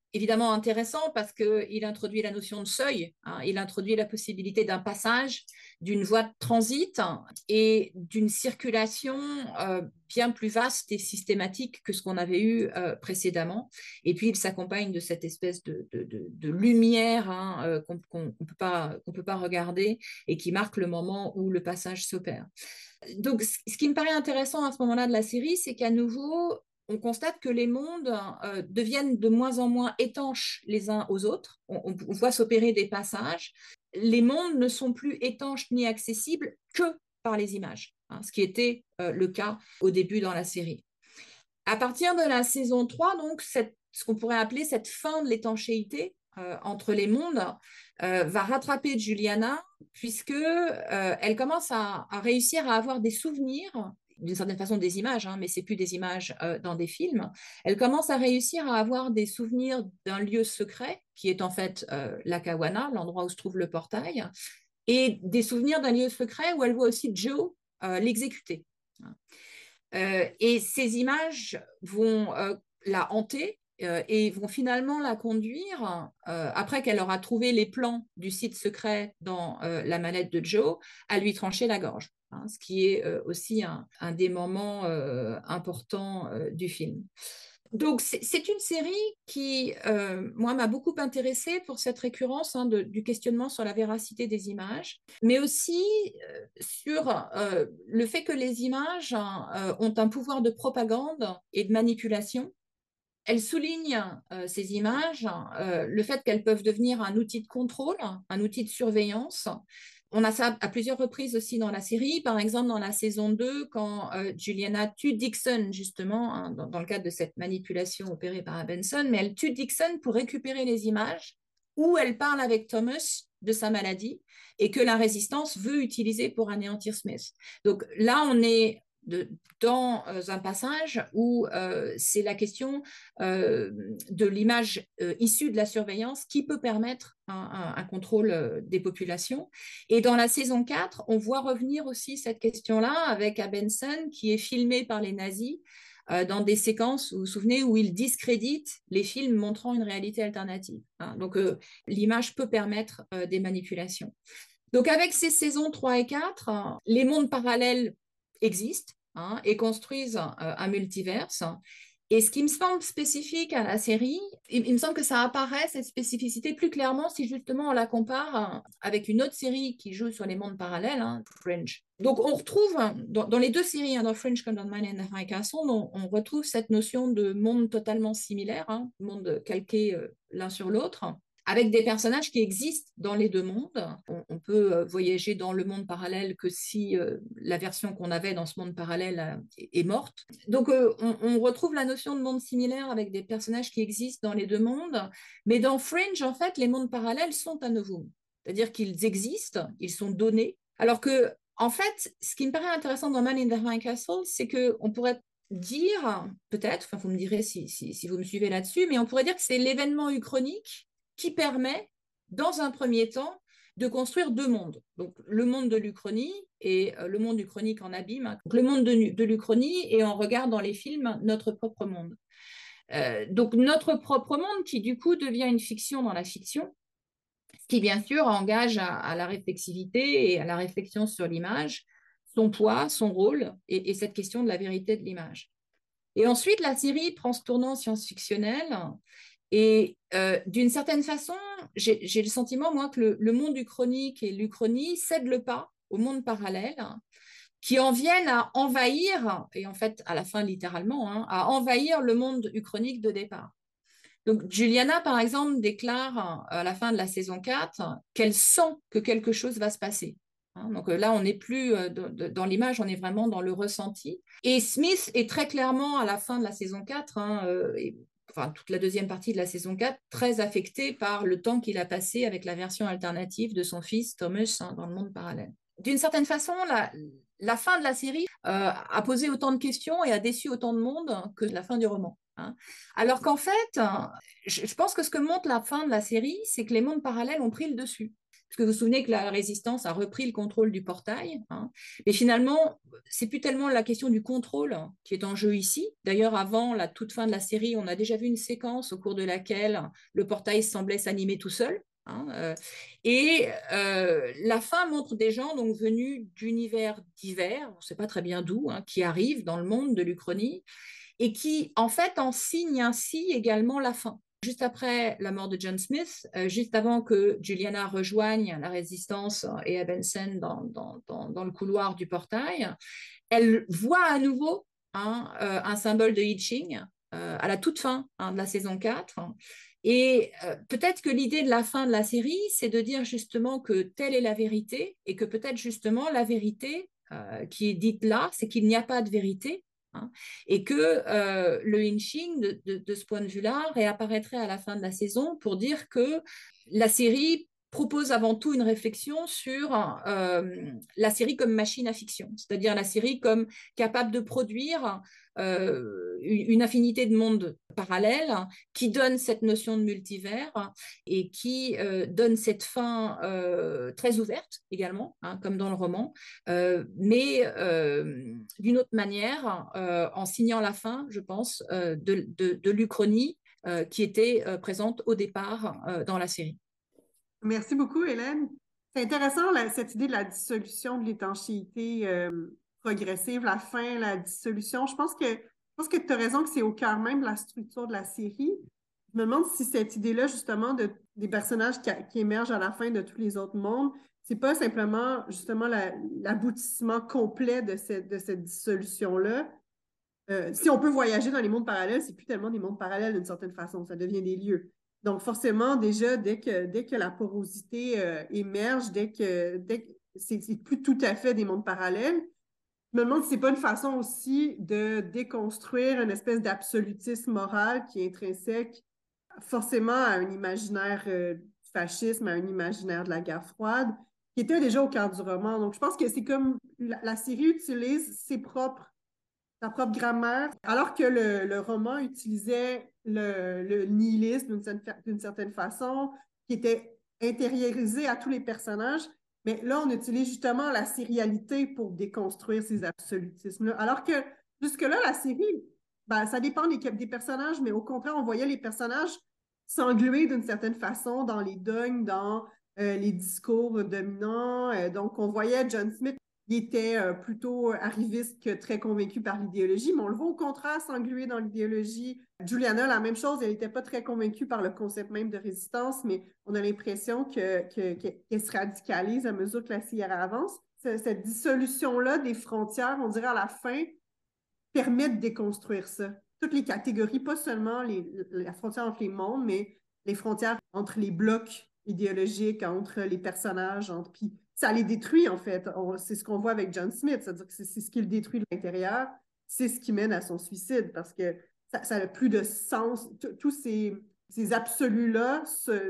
[SPEAKER 4] évidemment intéressant parce qu'il introduit la notion de seuil, hein, il introduit la possibilité d'un passage, d'une voie de transit et d'une circulation bien plus vaste et systématique que ce qu'on avait eu précédemment. Et puis, il s'accompagne de cette espèce de lumière hein, qu'on peut pas regarder et qui marque le moment où le passage s'opère. Donc, ce qui me paraît intéressant à ce moment-là de la série, c'est qu'à nouveau, on constate que les mondes deviennent de moins en moins étanches les uns aux autres. On voit s'opérer des passages. Les mondes ne sont plus étanches ni accessibles que par les images, hein, ce qui était le cas au début dans la série. À partir de la saison 3, donc, ce qu'on pourrait appeler cette fin de l'étanchéité entre les mondes va rattraper Juliana puisque elle commence à réussir à avoir des souvenirs, d'une certaine façon des images, hein, mais c'est plus des images dans des films. Elle commence à réussir à avoir des souvenirs d'un lieu secret qui est en fait l'Akawana, l'endroit où se trouve le portail, et des souvenirs d'un lieu secret où elle voit aussi Joe l'exécuter. Et ces images vont la hanter et vont finalement la conduire, après qu'elle aura trouvé les plans du site secret dans la mallette de Joe, à lui trancher la gorge, hein, ce qui est aussi un des moments importants du film. Donc, c'est une série qui, moi, m'a beaucoup intéressée pour cette récurrence hein, du questionnement sur la véracité des images, mais aussi sur le fait que les images ont un pouvoir de propagande et de manipulation. Elle souligne ces images, le fait qu'elles peuvent devenir un outil de contrôle, un outil de surveillance. On a ça à plusieurs reprises aussi dans la série. Par exemple, dans la saison 2, quand Juliana tue Dixon, justement, hein, dans le cadre de cette manipulation opérée par Benson, mais elle tue Dixon pour récupérer les images où elle parle avec Thomas de sa maladie et que la résistance veut utiliser pour anéantir Smith. Donc là, on est dans un passage où c'est la question de l'image issue de la surveillance qui peut permettre un contrôle des populations. Et dans la saison 4, on voit revenir aussi cette question-là avec Benson qui est filmé par les nazis dans des séquences, vous vous souvenez, où il discrédite les films montrant une réalité alternative. Hein. Donc l'image peut permettre des manipulations. Donc avec ces saisons 3 et 4, les mondes parallèles existent hein, et construisent un multiverse. Et ce qui me semble spécifique à la série, il me semble que ça apparaît, cette spécificité, plus clairement si justement on la compare avec une autre série qui joue sur les mondes parallèles, hein, Fringe. Donc on retrouve, dans les deux séries, hein, dans Fringe comme dans Mine in the High Castle, on retrouve cette notion de monde totalement similaire, hein, monde calqué l'un sur l'autre, avec des personnages qui existent dans les deux mondes. On peut voyager dans le monde parallèle que si la version qu'on avait dans ce monde parallèle est morte. Donc on retrouve la notion de monde similaire avec des personnages qui existent dans les deux mondes, mais dans Fringe, en fait, les mondes parallèles sont à nouveau. C'est-à-dire qu'ils existent, ils sont donnés, alors que, en fait, ce qui me paraît intéressant dans Man in the High Castle, c'est qu'on pourrait dire, peut-être, enfin vous me direz si vous me suivez là-dessus, mais on pourrait dire que c'est l'événement uchronique qui permet, dans un premier temps, de construire deux mondes. Donc, le monde de l'Uchronie et le monde uchronique en abîme. Donc, le monde de l'Uchronie et on regarde dans les films notre propre monde. Donc, notre propre monde qui, du coup, devient une fiction dans la fiction, ce qui, bien sûr, engage à la réflexivité et à la réflexion sur l'image, son poids, son rôle et cette question de la vérité de l'image. Et ensuite, la série prend ce tournant science-fictionnel. Et d'une certaine façon, j'ai le sentiment, moi, que le monde uchronique et l'Uchronie cèdent le pas au monde parallèle, qui en viennent à envahir, et en fait, à la fin, littéralement, hein, à envahir le monde uchronique de départ. Donc, Juliana, par exemple, déclare à la fin de la saison 4 qu'elle sent que quelque chose va se passer. Hein, donc là, on n'est plus dans l'image, on est vraiment dans le ressenti. Et Smith est très clairement, à la fin de la saison 4, hein, enfin toute la deuxième partie de la saison 4, très affecté par le temps qu'il a passé avec la version alternative de son fils Thomas hein, dans le monde parallèle. D'une certaine façon, la fin de la série a posé autant de questions et a déçu autant de monde que la fin du roman. Hein. Alors qu'en fait, je pense que ce que montre la fin de la série, c'est que les mondes parallèles ont pris le dessus. parce que vous vous souvenez que la résistance a repris le contrôle du portail, hein. Mais finalement, c'est plus tellement la question du contrôle qui est en jeu ici. D'ailleurs, avant la toute fin de la série, on a déjà vu une séquence au cours de laquelle le portail semblait s'animer tout seul, hein, la fin montre des gens donc venus d'univers divers, on ne sait pas très bien d'où, hein, qui arrivent dans le monde de l'Uchronie et qui, en fait, en signent ainsi également la fin. Juste après la mort de John Smith, juste avant que Juliana rejoigne la résistance et Benson dans le couloir du portail, elle voit à nouveau, hein, un symbole de I Ching à la toute fin, hein, de la saison 4. Et peut-être que l'idée de la fin de la série, c'est de dire justement que telle est la vérité et que peut-être justement la vérité qui est dite là, c'est qu'il n'y a pas de vérité, hein, et que le Inching, de ce point de vue-là, réapparaîtrait à la fin de la saison pour dire que la série propose avant tout une réflexion sur la série comme machine à fiction, c'est-à-dire la série comme capable de produire une infinité de mondes parallèles qui donne cette notion de multivers et qui donne cette fin très ouverte également, hein, comme dans le roman, mais d'une autre manière, en signant la fin, je pense, de l'Uchronie qui était présente au départ dans la série.
[SPEAKER 2] Merci beaucoup, Hélène. C'est intéressant, cette idée de la dissolution de l'étanchéité progressive, la fin, la dissolution. Je pense que tu as raison que c'est au cœur même de la structure de la série. Je me demande si cette idée-là, justement, des personnages qui émergent à la fin de tous les autres mondes, c'est pas simplement, justement, l'aboutissement complet de cette dissolution-là. Si on peut voyager dans les mondes parallèles, c'est plus tellement des mondes parallèles d'une certaine façon, ça devient des lieux. Donc, forcément, déjà, dès que la porosité émerge, dès que c'est plus tout à fait des mondes parallèles, je me demande si c'est pas une façon aussi de déconstruire une espèce d'absolutisme moral qui est intrinsèque forcément à un imaginaire du fascisme, à un imaginaire de la guerre froide, qui était déjà au cœur du roman. Donc, je pense que c'est comme la série utilise sa propre grammaire, alors que le roman utilisait le nihilisme d'une certaine façon, qui était intériorisé à tous les personnages. Mais là, on utilise justement la sérialité pour déconstruire ces absolutismes-là. Alors que jusque-là, la série, ben, ça dépend des personnages, mais au contraire, on voyait les personnages s'engluer d'une certaine façon dans les dogmes, dans les discours dominants. Donc, on voyait John Smith, il était plutôt arriviste que très convaincu par l'idéologie, mais on le voit au contraire s'engluer dans l'idéologie. Juliana, la même chose, elle n'était pas très convaincue par le concept même de résistance, mais on a l'impression qu'elle se radicalise à mesure que la série avance. Cette dissolution-là des frontières, on dirait à la fin, permet de déconstruire ça. Toutes les catégories, pas seulement la frontière entre les mondes, mais les frontières entre les blocs idéologiques, entre les personnages, puis ça les détruit, en fait. C'est ce qu'on voit avec John Smith, c'est-à-dire que c'est ce qui le détruit de l'intérieur, c'est ce qui mène à son suicide, parce que ça n'a plus de sens. Tous ces absolus-là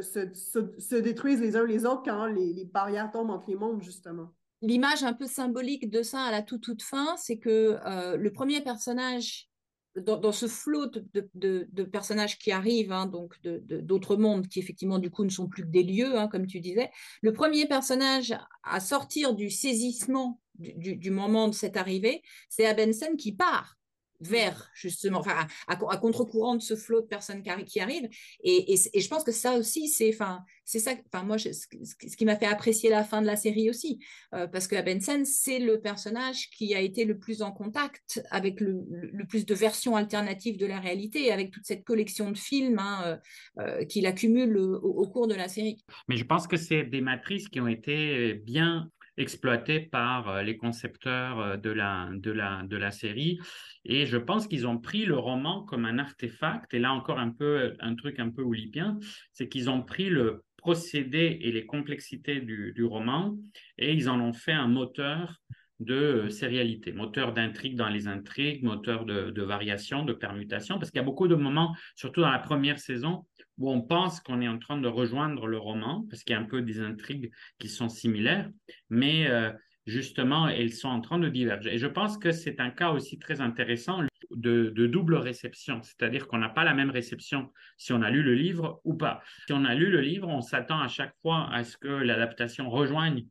[SPEAKER 2] se détruisent les uns les autres quand les barrières tombent entre les mondes, justement.
[SPEAKER 4] L'image un peu symbolique de ça à la toute fin, c'est que le premier personnage dans ce flot de personnages qui arrivent, hein, donc d'autres mondes qui effectivement du coup ne sont plus que des lieux, hein, comme tu disais, le premier personnage à sortir du saisissement du moment de cette arrivée, c'est Abenson qui part vers justement, enfin, à contre-courant de ce flot de personnes qui arrivent. Et je pense que ça aussi, c'est ça, enfin, moi, ce qui m'a fait apprécier la fin de la série aussi, parce que Benson, c'est le personnage qui a été le plus en contact avec le plus de versions alternatives de la réalité, avec toute cette collection de films, hein, qu'il accumule au cours de la série.
[SPEAKER 3] Mais je pense que c'est des matrices qui ont été bien exploitées par les concepteurs de la série. Et je pense qu'ils ont pris le roman comme un artefact. Et là encore, un truc un peu oulipien, c'est qu'ils ont pris le procédé et les complexités du roman et ils en ont fait un moteur de sérialité, moteur d'intrigue dans les intrigues, moteur de variation, de permutation, parce qu'il y a beaucoup de moments, surtout dans la première saison, où on pense qu'on est en train de rejoindre le roman, parce qu'il y a un peu des intrigues qui sont similaires, mais justement, elles sont en train de diverger. Et je pense que c'est un cas aussi très intéressant de double réception, c'est-à-dire qu'on n'a pas la même réception si on a lu le livre ou pas. Si on a lu le livre, on s'attend à chaque fois à ce que l'adaptation rejoigne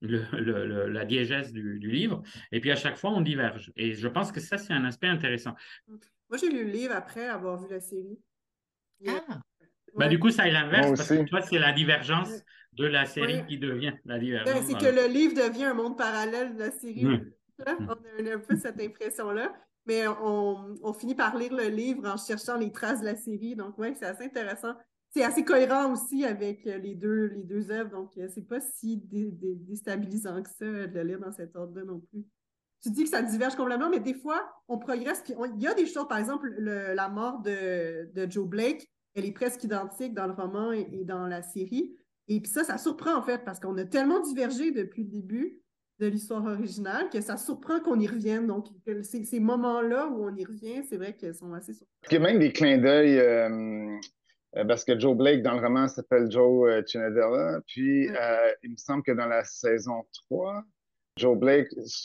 [SPEAKER 3] la diégèse du livre, et puis à chaque fois, on diverge. Et je pense que ça, c'est un aspect intéressant.
[SPEAKER 2] Moi, j'ai lu le livre après avoir vu la série.
[SPEAKER 4] Ah,
[SPEAKER 3] Du coup, ça est l'inverse,
[SPEAKER 5] Moi
[SPEAKER 3] parce que
[SPEAKER 5] aussi.
[SPEAKER 3] toi, c'est la divergence
[SPEAKER 2] Ouais.
[SPEAKER 3] de la série
[SPEAKER 2] Ouais.
[SPEAKER 3] qui devient la
[SPEAKER 2] Ben,
[SPEAKER 3] divergence
[SPEAKER 2] c'est
[SPEAKER 3] dans
[SPEAKER 2] que le livre devient un monde parallèle de la série.
[SPEAKER 3] Mm.
[SPEAKER 2] Là. On a un peu cette impression-là. Mais on finit par lire le livre en cherchant les traces de la série. Donc, oui, c'est assez intéressant. C'est assez cohérent aussi avec les deux œuvres. Donc, c'est pas si déstabilisant que ça de le lire dans cet ordre-là non plus. Tu dis que ça diverge complètement, mais des fois, on progresse. Puis il y a des choses, par exemple, la mort de Joe Blake, elle est presque identique dans le roman et dans la série. Et puis ça surprend en fait, parce qu'on a tellement divergé depuis le début de l'histoire originale que ça surprend qu'on y revienne. Donc, ces moments-là où on y revient, c'est vrai qu'ils sont assez surprenants.
[SPEAKER 5] Il y a même des clins d'œil, parce que Joe Blake, dans le roman, s'appelle Joe Chinadella. Puis,
[SPEAKER 2] Ouais.
[SPEAKER 5] il me semble que dans la saison 3, Joe Blake,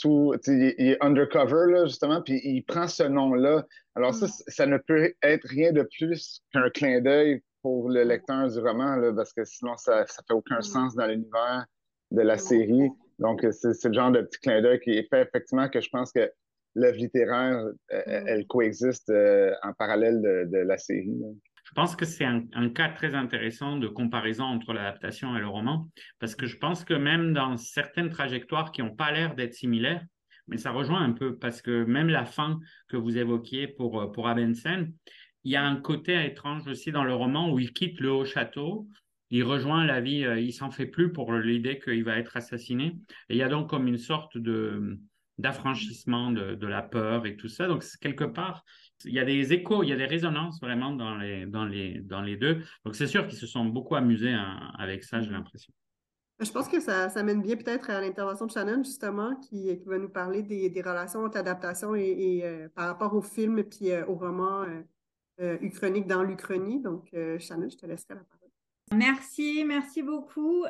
[SPEAKER 5] il est undercover, là, justement, puis il prend ce nom-là. Alors ça ne peut être rien de plus qu'un clin d'œil pour le lecteur du roman, là, parce que sinon, ça ne fait aucun sens dans l'univers de la série. Donc, c'est le genre de petit clin d'œil qui est fait, effectivement, que je pense que l'œuvre littéraire, elle coexiste en parallèle de la série, là.
[SPEAKER 3] Je pense que c'est un cas très intéressant de comparaison entre l'adaptation et le roman, parce que je pense que même dans certaines trajectoires qui n'ont pas l'air d'être similaires, mais ça rejoint un peu, parce que même la fin que vous évoquiez pour Abensen, il y a un côté étrange aussi dans le roman où il quitte le haut château, il rejoint la vie, il s'en fait plus pour l'idée qu'il va être assassiné, et il y a donc comme une sorte d'affranchissement de la peur et tout ça. Donc, quelque part, il y a des échos, il y a des résonances vraiment dans les deux. Donc, c'est sûr qu'ils se sont beaucoup amusés avec ça, j'ai l'impression.
[SPEAKER 2] Je pense que ça mène bien peut-être à l'intervention de Shannon, justement, qui va nous parler des relations entre adaptation et par rapport au film et puis au roman uchronique dans l'Uchronie. Donc, Shannon, je te laisserai la parole.
[SPEAKER 6] Merci beaucoup.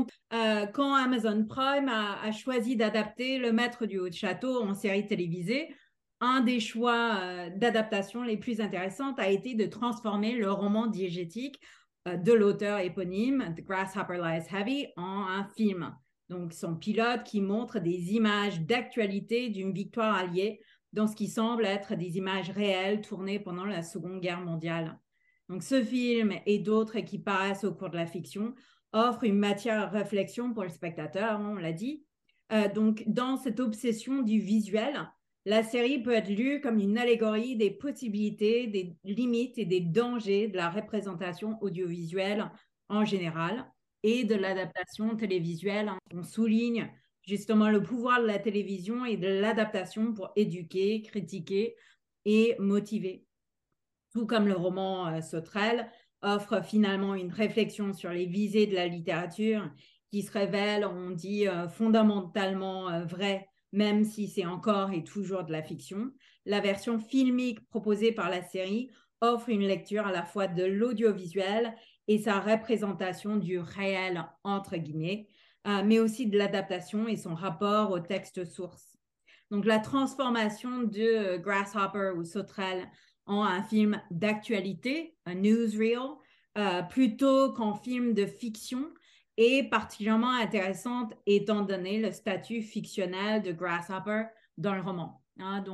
[SPEAKER 6] Quand Amazon Prime a choisi d'adapter Le Maître du Haut-de-Château en série télévisée, un des choix d'adaptation les plus intéressantes a été de transformer le roman diégétique de l'auteur éponyme, The Grasshopper Lies Heavy, en un film. Donc, son pilote qui montre des images d'actualité d'une victoire alliée dans ce qui semble être des images réelles tournées pendant la Seconde Guerre mondiale. Donc, ce film et d'autres qui paraissent au cours de la fiction offrent une matière à réflexion pour le spectateur, on l'a dit. Donc, dans cette obsession du visuel, la série peut être lue comme une allégorie des possibilités, des limites et des dangers de la représentation audiovisuelle en général et de l'adaptation télévisuelle. On souligne justement le pouvoir de la télévision et de l'adaptation pour éduquer, critiquer et motiver. Tout comme le roman Sauterelle offre finalement une réflexion sur les visées de la littérature qui se révèle, on dit, fondamentalement vraie, même si c'est encore et toujours de la fiction. La version filmique proposée par la série offre une lecture à la fois de l'audiovisuel et sa représentation du réel, entre guillemets, mais aussi de l'adaptation et son rapport au texte source. Donc, la transformation de Grasshopper ou Sauterelle en un film d'actualité, un newsreel, plutôt qu'en film de fiction, est particulièrement intéressante étant donné le statut fictionnel de Grasshopper dans le roman.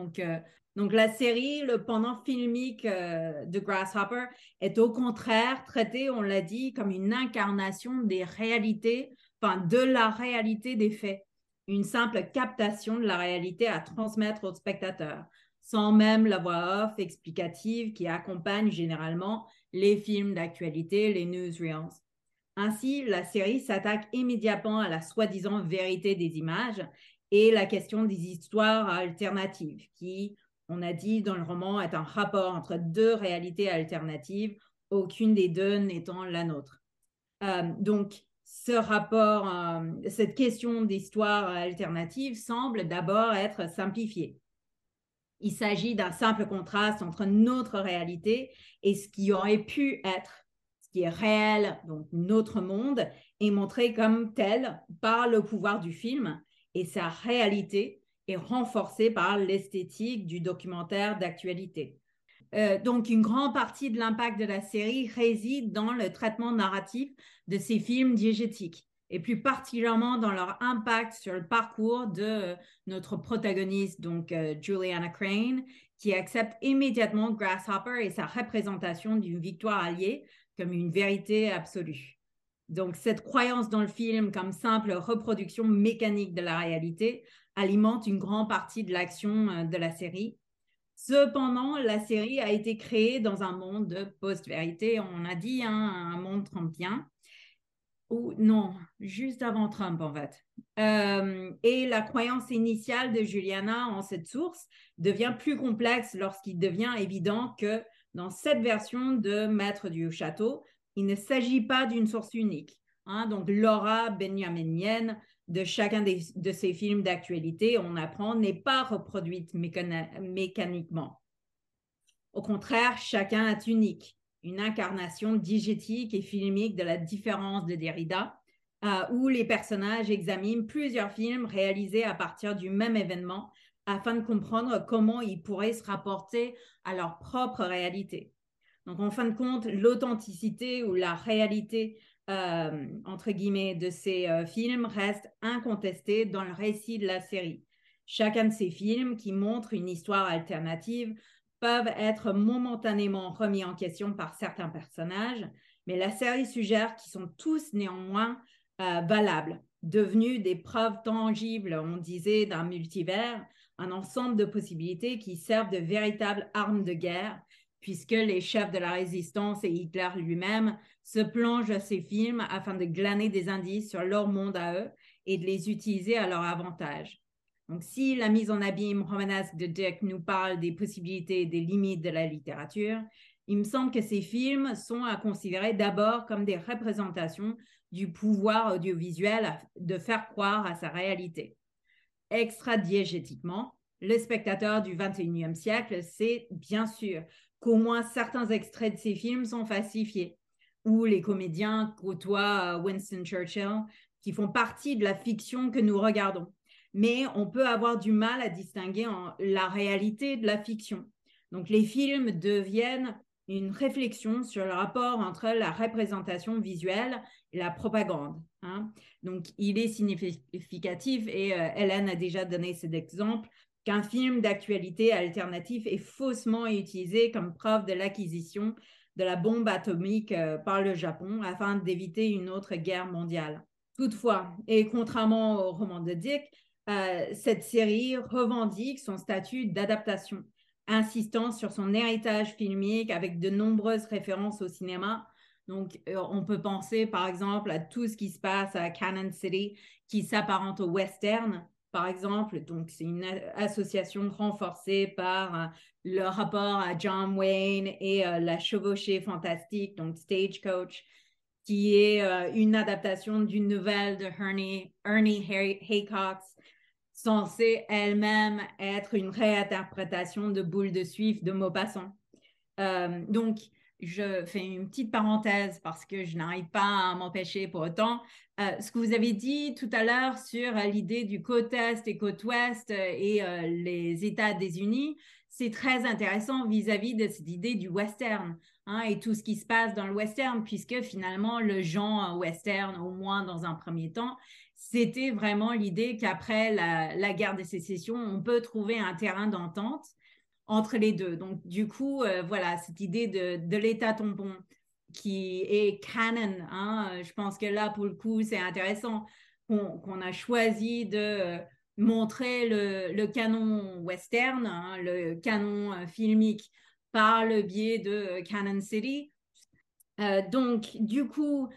[SPEAKER 6] Donc la série, le pendant filmique de Grasshopper est au contraire traité, on l'a dit, comme une incarnation des réalités, de la réalité des faits, une simple captation de la réalité à transmettre au spectateur, sans même la voix off explicative qui accompagne généralement les films d'actualité, les newsreels. Ainsi, la série s'attaque immédiatement à la soi-disant vérité des images et la question des histoires alternatives, qui, on a dit dans le roman, est un rapport entre deux réalités alternatives, aucune des deux n'étant la nôtre. Donc, ce rapport, cette question d'histoire alternative semble d'abord être simplifiée. Il s'agit d'un simple contraste entre notre réalité et ce qui aurait pu être, ce qui est réel, donc notre monde, est montré comme tel par le pouvoir du film et sa réalité est renforcée par l'esthétique du documentaire d'actualité. Donc, une grande partie de l'impact de la série réside dans le traitement narratif de ces films diégétiques, et plus particulièrement dans leur impact sur le parcours de notre protagoniste, donc Juliana Crane, qui accepte immédiatement Grasshopper et sa représentation d'une victoire alliée comme une vérité absolue. Donc, cette croyance dans le film comme simple reproduction mécanique de la réalité alimente une grande partie de l'action de la série. Cependant, la série a été créée dans un monde de post-vérité, on a dit, un monde trumpien, ou non, juste avant Trump en fait. Et la croyance initiale de Juliana en cette source devient plus complexe lorsqu'il devient évident que dans cette version de Maître du Château, il ne s'agit pas d'une source unique. Donc, l'aura benjaminienne de chacun de ces films d'actualité, on apprend, n'est pas reproduite mécaniquement. Au contraire, chacun est unique, une incarnation diégétique et filmique de la différence de Derrida, où les personnages examinent plusieurs films réalisés à partir du même événement afin de comprendre comment ils pourraient se rapporter à leur propre réalité. Donc, en fin de compte, l'authenticité ou la réalité entre guillemets, de ces films reste incontestée dans le récit de la série. Chacun de ces films qui montrent une histoire alternative peuvent être momentanément remis en question par certains personnages, mais la série suggère qu'ils sont tous néanmoins valables, devenus des preuves tangibles, on disait, d'un multivers, un ensemble de possibilités qui servent de véritables armes de guerre, puisque les chefs de la résistance et Hitler lui-même se plongent à ces films afin de glaner des indices sur leur monde à eux et de les utiliser à leur avantage. Donc, si la mise en abîme romanesque de Dick nous parle des possibilités et des limites de la littérature, il me semble que ces films sont à considérer d'abord comme des représentations du pouvoir audiovisuel de faire croire à sa réalité. Extradiégétiquement, le spectateur du XXIe siècle sait bien sûr qu'au moins certains extraits de ces films sont falsifiés, où les comédiens côtoient Winston Churchill, qui font partie de la fiction que nous regardons. Mais on peut avoir du mal à distinguer la réalité de la fiction. Donc les films deviennent une réflexion sur le rapport entre la représentation visuelle et la propagande. Donc il est significatif, et Hélène a déjà donné cet exemple, qu'un film d'actualité alternatif est faussement utilisé comme preuve de l'acquisition de la bombe atomique par le Japon afin d'éviter une autre guerre mondiale. Toutefois, et contrairement au roman de Dick, cette série revendique son statut d'adaptation, insistant sur son héritage filmique avec de nombreuses références au cinéma. Donc, on peut penser par exemple à tout ce qui se passe à Cannon City qui s'apparente au western, par exemple. Donc, c'est une association renforcée par le rapport à John Wayne et la chevauchée fantastique, donc Stagecoach, qui est une adaptation d'une nouvelle de Ernie Haycox, censée elle-même être une réinterprétation de Boule de Suif de Maupassant. Donc, je fais une petite parenthèse parce que je n'arrive pas à m'empêcher pour autant. Ce que vous avez dit tout à l'heure sur l'idée du côte Est et côte Ouest et les États des Unis, c'est très intéressant vis-à-vis de cette idée du western et tout ce qui se passe dans le western, puisque finalement, le genre western, au moins dans un premier temps, c'était vraiment l'idée qu'après la guerre de sécession, on peut trouver un terrain d'entente entre les deux. Donc, du coup, voilà, cette idée de l'État tampon qui est canon, je pense que là, pour le coup, c'est intéressant qu'on a choisi de montrer le canon western, le canon filmique par le biais de Cannon City. Donc, du coup,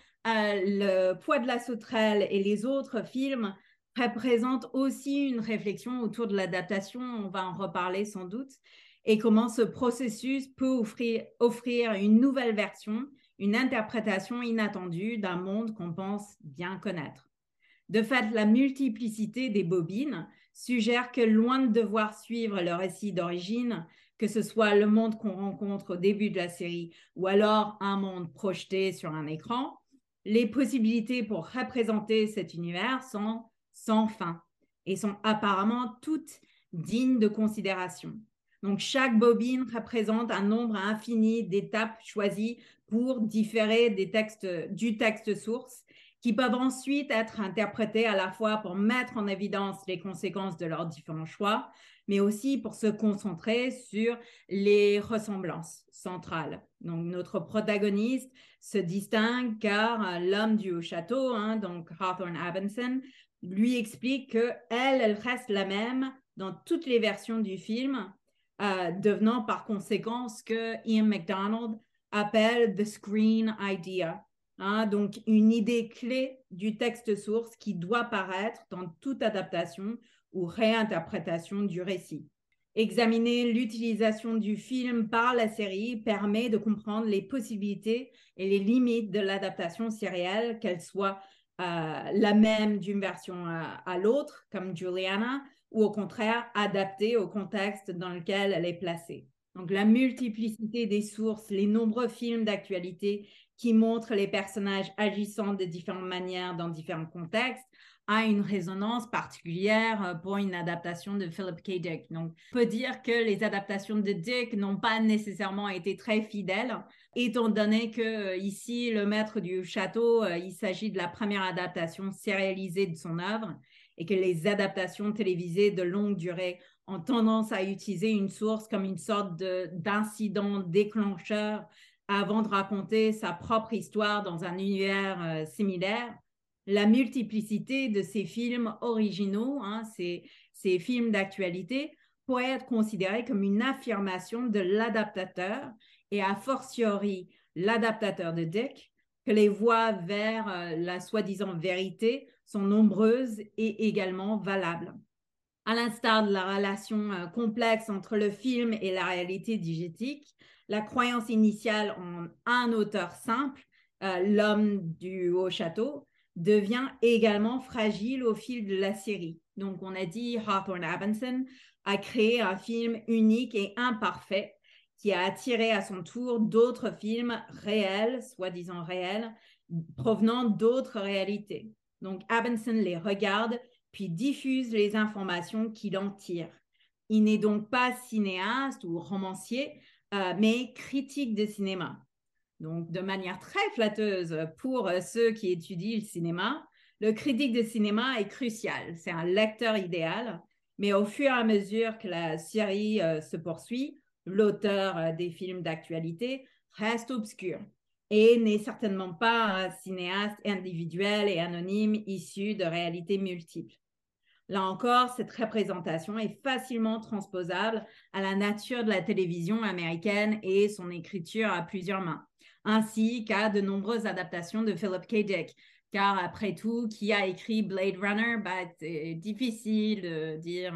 [SPEAKER 6] le Poids de la sauterelle et les autres films représentent aussi une réflexion autour de l'adaptation, on va en reparler sans doute, et comment ce processus peut offrir une nouvelle version, une interprétation inattendue d'un monde qu'on pense bien connaître. De fait, la multiplicité des bobines suggère que loin de devoir suivre le récit d'origine, que ce soit le monde qu'on rencontre au début de la série ou alors un monde projeté sur un écran, les possibilités pour représenter cet univers sont sans fin. et sont apparemment toutes dignes de considération. Donc, chaque bobine représente un nombre infini d'étapes choisies pour différer du texte source, qui peuvent ensuite être interprétées à la fois pour mettre en évidence les conséquences de leurs différents choix, mais aussi pour se concentrer sur les ressemblances centrales. Donc, notre protagoniste se distingue car l'homme du haut château, donc Hawthorne Abenson, lui explique qu'elle reste la même dans toutes les versions du film, devenant par conséquent ce que Ian MacDonald appelle the screen idea. Donc, une idée clé du texte source qui doit paraître dans toute adaptation ou réinterprétation du récit. Examiner l'utilisation du film par la série permet de comprendre les possibilités et les limites de l'adaptation sérielle, qu'elle soit la même d'une version à l'autre, comme Juliana, ou au contraire adaptée au contexte dans lequel elle est placée. Donc, la multiplicité des sources, les nombreux films d'actualité qui montrent les personnages agissant de différentes manières dans différents contextes a une résonance particulière pour une adaptation de Philip K. Dick. Donc, on peut dire que les adaptations de Dick n'ont pas nécessairement été très fidèles, étant donné que ici, Le Maître du Château, il s'agit de la première adaptation sérialisée de son œuvre, et que les adaptations télévisées de longue durée ont tendance à utiliser une source comme une sorte d'incident déclencheur avant de raconter sa propre histoire dans un univers similaire. La multiplicité de ces films originaux, ces films d'actualité, pourrait être considérée comme une affirmation de l'adaptateur et a fortiori l'adaptateur de Dick, que les voies vers la soi-disant vérité sont nombreuses et également valables. À l'instar de la relation complexe entre le film et la réalité digétique, la croyance initiale en un auteur simple, l'homme du haut château, devient également fragile au fil de la série. Donc, on a dit Hawthorne Abenson a créé un film unique et imparfait qui a attiré à son tour d'autres films réels, soi-disant réels, provenant d'autres réalités. Donc, Abenson les regarde puis diffuse les informations qu'il en tire. Il n'est donc pas cinéaste ou romancier, mais critique de cinéma. Donc, de manière très flatteuse pour ceux qui étudient le cinéma, le critique de cinéma est crucial. C'est un lecteur idéal, mais au fur et à mesure que la série se poursuit, l'auteur des films d'actualité reste obscur et n'est certainement pas un cinéaste individuel et anonyme issu de réalités multiples. Là encore, cette représentation est facilement transposable à la nature de la télévision américaine et son écriture à plusieurs mains, ainsi qu'à de nombreuses adaptations de Philip K. Dick. Car après tout, qui a écrit Blade Runner, c'est difficile de dire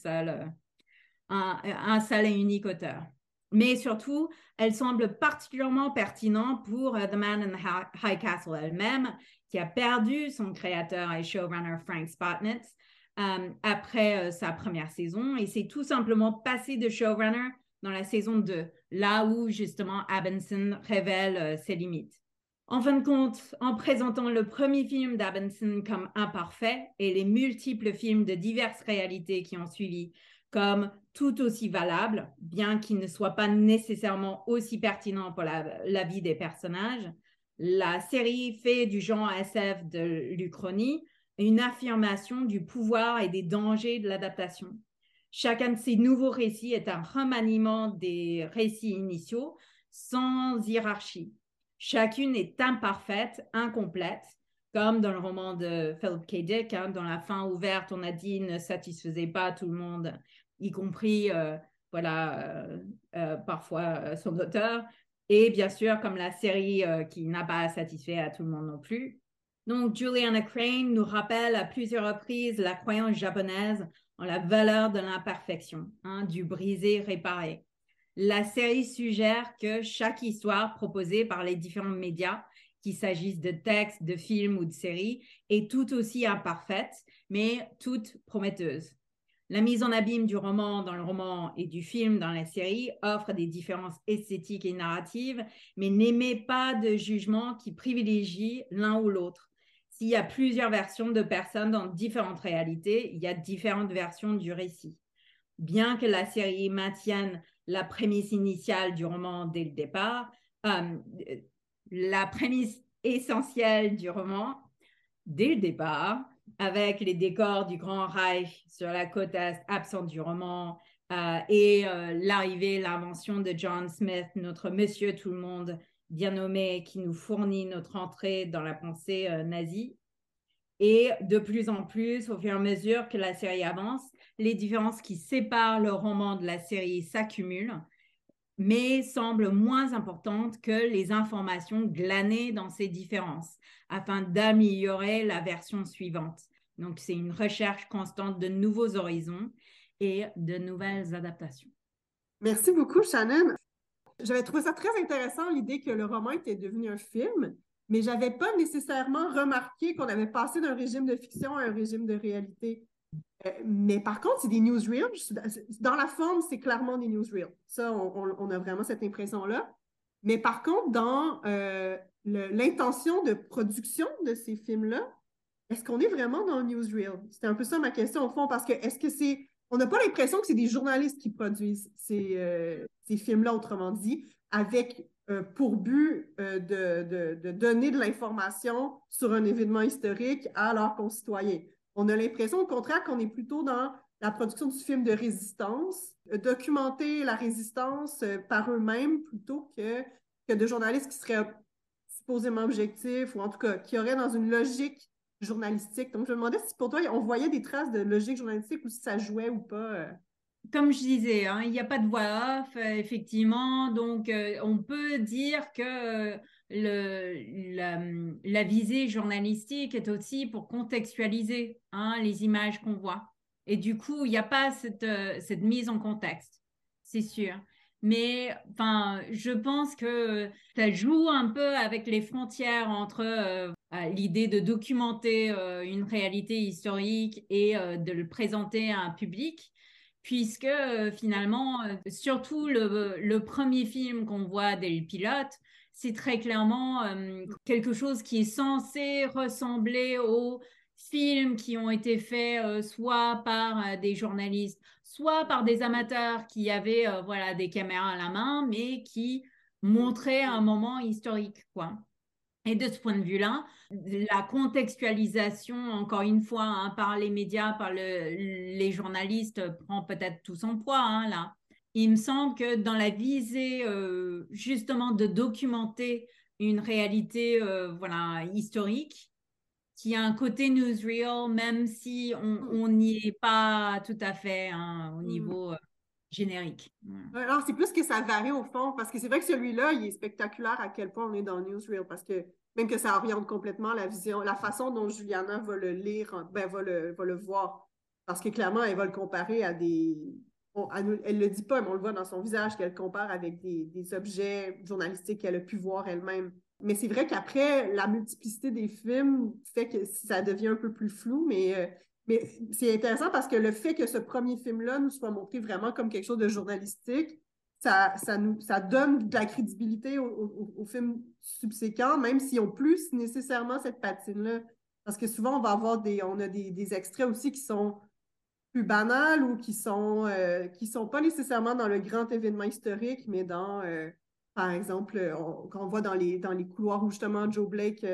[SPEAKER 6] un seul et unique auteur. Mais surtout, elle semble particulièrement pertinente pour The Man in the High Castle elle-même, qui a perdu son créateur et showrunner Frank Spotnitz après sa première saison, et s'est tout simplement passé de showrunner dans la saison 2, là où justement Abenson révèle ses limites. En fin de compte, en présentant le premier film d'Abenson comme imparfait et les multiples films de diverses réalités qui ont suivi comme tout aussi valables, bien qu'ils ne soient pas nécessairement aussi pertinents pour la vie des personnages, la série fait du genre SF de l'Uchronie une affirmation du pouvoir et des dangers de l'adaptation. Chacun de ces nouveaux récits est un remaniement des récits initiaux sans hiérarchie. Chacune est imparfaite, incomplète, comme dans le roman de Philip K. Dick, dont la fin ouverte, on a dit, ne satisfaisait pas tout le monde, y compris parfois son auteur, et bien sûr comme la série qui n'a pas satisfait à tout le monde non plus. Donc, Juliana Crane nous rappelle à plusieurs reprises la croyance japonaise en la valeur de l'imperfection, du brisé réparé. La série suggère que chaque histoire proposée par les différents médias, qu'il s'agisse de textes, de films ou de séries, est tout aussi imparfaite, mais toute prometteuse. La mise en abîme du roman dans le roman et du film dans la série offre des différences esthétiques et narratives, mais n'émet pas de jugement qui privilégie l'un ou l'autre. s'il y a plusieurs versions de personnes dans différentes réalités, il y a différentes versions du récit. Bien que la série maintienne la prémisse initiale du roman dès le départ, la prémisse essentielle du roman dès le départ, avec les décors du Grand Reich sur la côte est absente du roman et l'arrivée, l'invention de John Smith, notre Monsieur Tout-le-Monde bien nommé, qui nous fournit notre entrée dans la pensée nazie. Et de plus en plus, au fur et à mesure que la série avance, les différences qui séparent le roman de la série s'accumulent, mais semblent moins importantes que les informations glanées dans ces différences, afin d'améliorer la version suivante. Donc, c'est une recherche constante de nouveaux horizons et de nouvelles adaptations.
[SPEAKER 2] Merci beaucoup, Shannon. J'avais trouvé ça très intéressant, l'idée que le roman était devenu un film, mais je n'avais pas nécessairement remarqué qu'on avait passé d'un régime de fiction à un régime de réalité. Mais par contre, c'est des newsreels. Dans la forme, c'est clairement des newsreels. Ça, on a vraiment cette impression-là. Mais par contre, dans l'intention de production de ces films-là, est-ce qu'on est vraiment dans le newsreel? C'était un peu ça ma question au fond, parce que est-ce que c'est... On n'a pas l'impression que c'est des journalistes qui produisent ces films-là, autrement dit, avec pour but de donner de l'information sur un événement historique à leurs concitoyens. On a l'impression, au contraire, qu'on est plutôt dans la production du film de résistance, documenter la résistance par eux-mêmes plutôt que de journalistes qui seraient supposément objectifs ou en tout cas qui auraient dans une logique journalistique. Donc, je me demandais si pour toi, on voyait des traces de logique journalistique ou si ça jouait ou pas.
[SPEAKER 6] Comme je disais, hein, il n'y a pas de voix off, effectivement. Donc, on peut dire que la visée journalistique est aussi pour contextualiser les images qu'on voit. Et du coup, il n'y a pas cette mise en contexte, c'est sûr. Mais je pense que ça joue un peu avec les frontières entre l'idée de documenter une réalité historique et de le présenter à un public, puisque finalement, surtout le premier film qu'on voit dès le pilote, c'est très clairement quelque chose qui est censé ressembler aux films qui ont été faits soit par des journalistes, soit par des amateurs qui avaient des caméras à la main, mais qui montraient un moment historique, quoi. Et de ce point de vue-là, la contextualisation, encore une fois, par les médias, par les journalistes, prend peut-être tout son poids, là. Il me semble que dans la visée, justement, de documenter une réalité, historique, qui a un côté newsreel, même si on n'y est pas tout à fait au niveau générique.
[SPEAKER 2] Alors, c'est plus que ça varie au fond, parce que c'est vrai que celui-là, il est spectaculaire à quel point on est dans le newsreel, parce que même que ça oriente complètement la vision, la façon dont Juliana va le lire, va le voir. Parce que clairement, elle va le comparer à des... elle ne le dit pas, mais on le voit dans son visage qu'elle compare avec des objets journalistiques qu'elle a pu voir elle-même. Mais c'est vrai qu'après, la multiplicité des films fait que ça devient un peu plus flou, mais c'est intéressant parce que le fait que ce premier film-là nous soit montré vraiment comme quelque chose de journalistique, ça donne de la crédibilité aux films subséquents, même s'ils n'ont plus nécessairement cette patine-là. Parce que souvent, on a des extraits aussi qui sont plus banals ou qui sont pas nécessairement dans le grand événement historique, mais dans... par exemple, quand on voit dans les couloirs où justement Joe Blake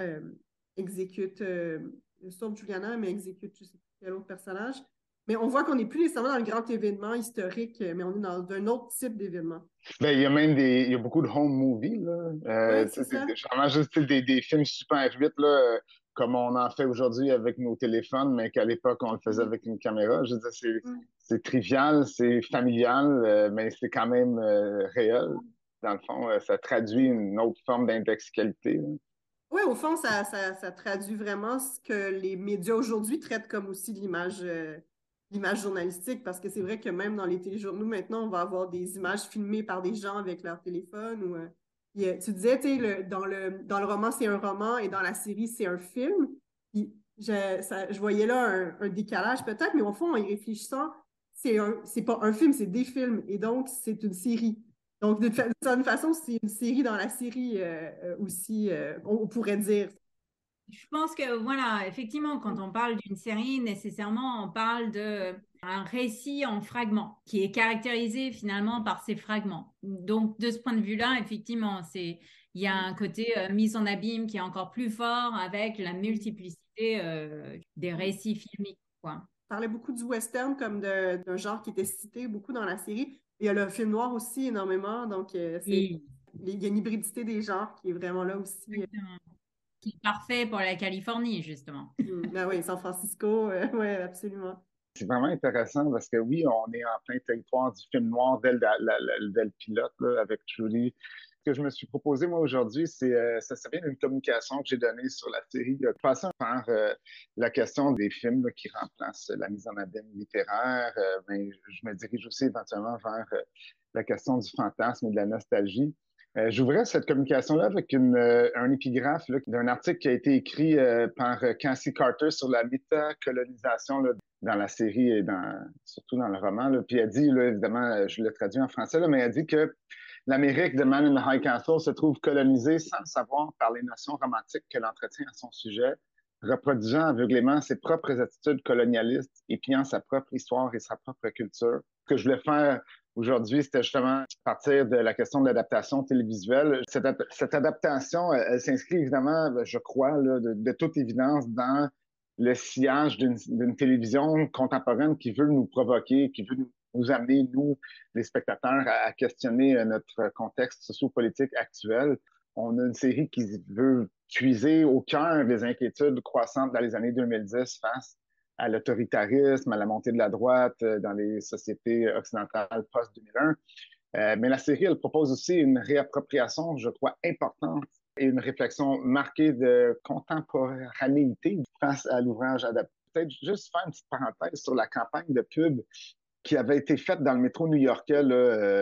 [SPEAKER 2] exécute, sauve Juliana, mais exécute je ne sais plus quel autre personnage. Mais on voit qu'on n'est plus nécessairement dans le grand événement historique, mais on est dans un autre type d'événement.
[SPEAKER 5] Il y a même il y a beaucoup de home movies, là.
[SPEAKER 2] Oui, c'est ça.
[SPEAKER 5] Vraiment juste des films super vite, là, comme on en fait aujourd'hui avec nos téléphones, mais qu'à l'époque, on le faisait avec une caméra. Je veux dire, c'est trivial, c'est familial, mais c'est quand même réel. Dans le fond, ça traduit une autre forme d'indexicalité.
[SPEAKER 2] Oui, au fond, ça traduit vraiment ce que les médias aujourd'hui traitent comme aussi l'image journalistique, parce que c'est vrai que même dans les téléjournaux, maintenant, on va avoir des images filmées par des gens avec leur téléphone. Tu disais, dans le roman, c'est un roman, et dans la série, c'est un film. Je voyais là un décalage peut-être, mais au fond, en y réfléchissant, c'est pas un film, c'est des films, et donc c'est une série. Donc, d'une certaine façon, c'est une série dans la série aussi, on pourrait dire.
[SPEAKER 6] Je pense que, voilà, effectivement, quand on parle d'une série, nécessairement, on parle d'un récit en fragments qui est caractérisé finalement par ces fragments. Donc, de ce point de vue-là, effectivement, il y a un côté mise en abîme qui est encore plus fort avec la multiplicité des récits filmiques, quoi.
[SPEAKER 2] On parlait beaucoup du western comme d'un genre qui était cité beaucoup dans la série. Il y a le film noir aussi énormément, donc
[SPEAKER 6] Oui,
[SPEAKER 2] il y a une hybridité des genres qui est vraiment là aussi.
[SPEAKER 6] exactement. Qui est parfait pour la Californie, justement.
[SPEAKER 2] Ben oui, San Francisco, oui, absolument.
[SPEAKER 5] C'est vraiment intéressant parce que oui, on est en plein territoire du film noir dès le pilote là, avec Trudy. Ce que je me suis proposé, moi, aujourd'hui, ça vient d'une communication que j'ai donnée sur la série. Passant par la question des films là, qui remplacent la mise en abîme littéraire, mais je me dirige aussi éventuellement vers la question du fantasme et de la nostalgie. J'ouvrais cette communication-là avec un épigraphe là, d'un article qui a été écrit par Cassie Carter sur la métacolonisation là, dans la série et surtout dans le roman. Là. Puis elle dit, là, évidemment, je l'ai traduit en français, là, mais elle dit que l'Amérique de Man in the High Castle se trouve colonisée sans le savoir par les notions romantiques qu'elle entretient à son sujet, reproduisant aveuglément ses propres attitudes colonialistes et pliant sa propre histoire et sa propre culture. Ce que je voulais faire aujourd'hui, c'était justement partir de la question de l'adaptation télévisuelle. Cette adaptation, elle s'inscrit évidemment, je crois, là, de toute évidence, dans le sillage d'une télévision contemporaine qui veut nous provoquer, qui veut nous amener, nous, les spectateurs, à questionner notre contexte sociopolitique actuel. On a une série qui veut puiser au cœur des inquiétudes croissantes dans les années 2010 face à l'autoritarisme, à la montée de la droite dans les sociétés occidentales post-2001. Mais la série, elle propose aussi une réappropriation, je crois, importante et une réflexion marquée de contemporanéité face à l'ouvrage adapté. Peut-être juste faire une petite parenthèse sur la campagne de pub qui avait été faite dans le métro new-yorkais là,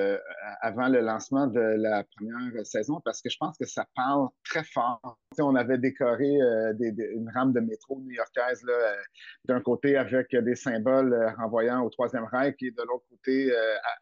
[SPEAKER 5] avant le lancement de la première saison, parce que je pense que ça parle très fort. T'sais, on avait décoré une rame de métro new-yorkaise là, d'un côté avec des symboles renvoyant au Troisième Reich et de l'autre côté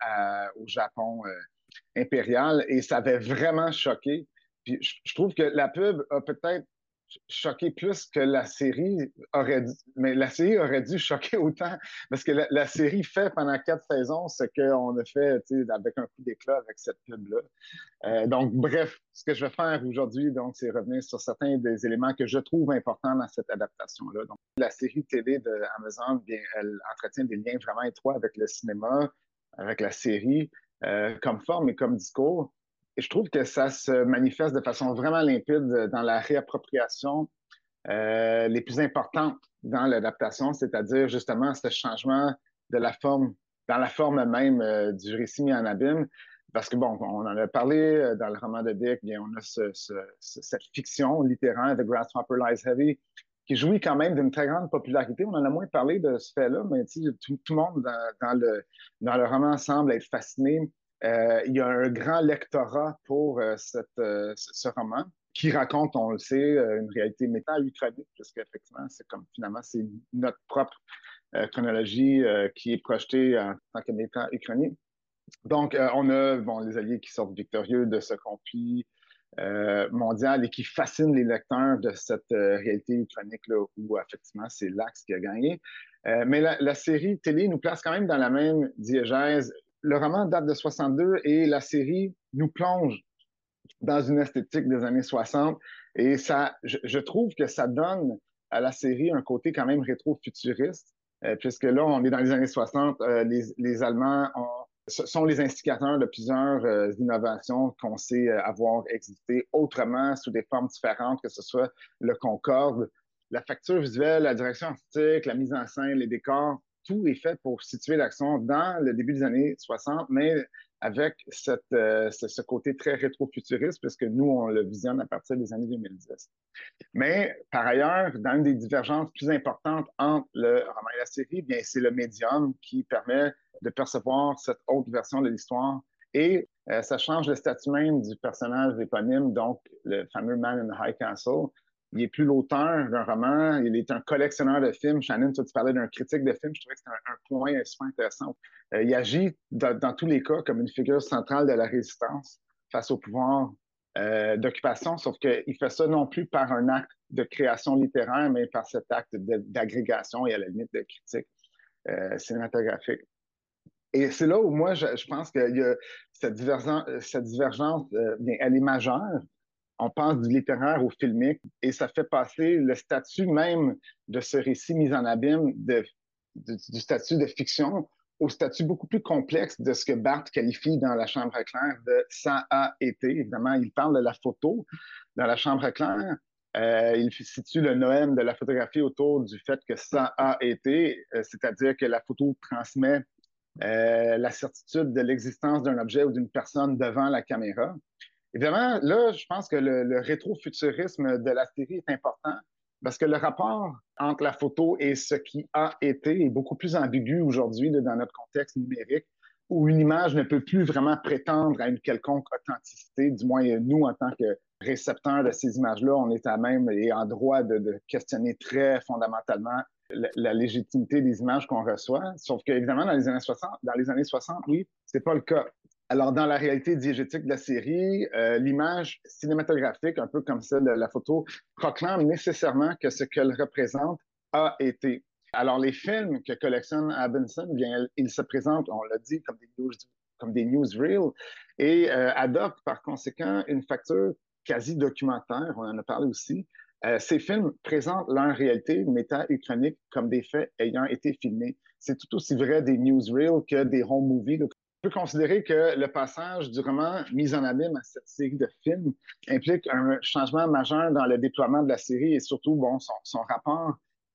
[SPEAKER 5] au Japon impérial, et ça avait vraiment choqué. Puis je trouve que la pub a peut-être choqué plus que la série aurait dû, mais la série aurait dû choquer autant parce que la série fait pendant 4 saisons ce qu'on a fait avec un coup d'éclat avec cette pub-là. Donc, bref, ce que je vais faire aujourd'hui, donc, c'est revenir sur certains des éléments que je trouve importants dans cette adaptation-là. Donc, la série télé d'Amazon, bien, elle entretient des liens vraiment étroits avec le cinéma, avec la série, comme forme et comme discours. Et je trouve que ça se manifeste de façon vraiment limpide dans la réappropriation les plus importantes dans l'adaptation, c'est-à-dire justement ce changement de la forme, dans la forme même du récit mis en abîme. Parce que, bon, on en a parlé dans le roman de Dick, bien, on a cette fiction littéraire, The Grasshopper Lies Heavy, qui jouit quand même d'une très grande popularité. On en a moins parlé de ce fait-là, mais tout le monde dans le roman semble être fasciné. Il y a un grand lectorat pour ce roman qui raconte, on le sait, une réalité méta-uchronique, puisque effectivement, c'est comme finalement, c'est notre propre chronologie qui est projetée en tant que méta-uchronique. Donc, on a les Alliés qui sortent victorieux de ce conflit mondial et qui fascinent les lecteurs de cette réalité uchronique-là, où effectivement, c'est l'Axe qui a gagné. Mais la série télé nous place quand même dans la même diégèse. Le roman date de 62 et la série nous plonge dans une esthétique des années 60. Et ça, je trouve que ça donne à la série un côté quand même rétro-futuriste, puisque là, on est dans les années 60. Les Allemands sont les instigateurs de plusieurs innovations qu'on sait avoir existé autrement, sous des formes différentes, que ce soit le Concorde, la facture visuelle, la direction artistique, la mise en scène, les décors. Tout est fait pour situer l'action dans le début des années 60, mais avec ce côté très rétro-futuriste, puisque nous, on le visionne à partir des années 2010. Mais par ailleurs, dans une des divergences plus importantes entre le roman et la série, bien, c'est le médium qui permet de percevoir cette autre version de l'histoire. Et ça change le statut même du personnage éponyme, donc le fameux Man in the High Castle. Il est plus l'auteur d'un roman, il est un collectionneur de films. Shannon, toi, tu parlais d'un critique de films, je trouvais que c'était un point super intéressant. Il agit dans tous les cas comme une figure centrale de la résistance face au pouvoir d'occupation, sauf qu'il fait ça non plus par un acte de création littéraire, mais par cet acte d'agrégation et à la limite de critique cinématographique. Et c'est là où moi, je pense qu'il y a cette divergence elle est majeure. On passe du littéraire au filmique et ça fait passer le statut même de ce récit mis en abîme du statut de fiction au statut beaucoup plus complexe de ce que Barthes qualifie dans La Chambre claire de ça a été. Évidemment, il parle de la photo dans La Chambre claire. Il situe le noème de la photographie autour du fait que ça a été, c'est-à-dire que la photo transmet la certitude de l'existence d'un objet ou d'une personne devant la caméra. Évidemment, là, je pense que le rétrofuturisme de la série est important parce que le rapport entre la photo et ce qui a été est beaucoup plus ambigu aujourd'hui dans notre contexte numérique où une image ne peut plus vraiment prétendre à une quelconque authenticité. Du moins, nous, en tant que récepteurs de ces images-là, on est à même et en droit de questionner très fondamentalement la légitimité des images qu'on reçoit. Sauf qu'évidemment, dans les années 60, oui, c'est pas le cas. Alors, dans la réalité diégétique de la série, l'image cinématographique, un peu comme celle de la photo, proclame nécessairement que ce qu'elle représente a été. Alors, les films que collectionne Abinson, bien, ils se présentent, on l'a dit, comme des newsreels et adoptent par conséquent une facture quasi documentaire, on en a parlé aussi. Ces films présentent leur réalité méta-uchronique comme des faits ayant été filmés. C'est tout aussi vrai des newsreels que des home movies. On peut considérer que le passage du roman mis en abîme à cette série de films implique un changement majeur dans le déploiement de la série et surtout son rapport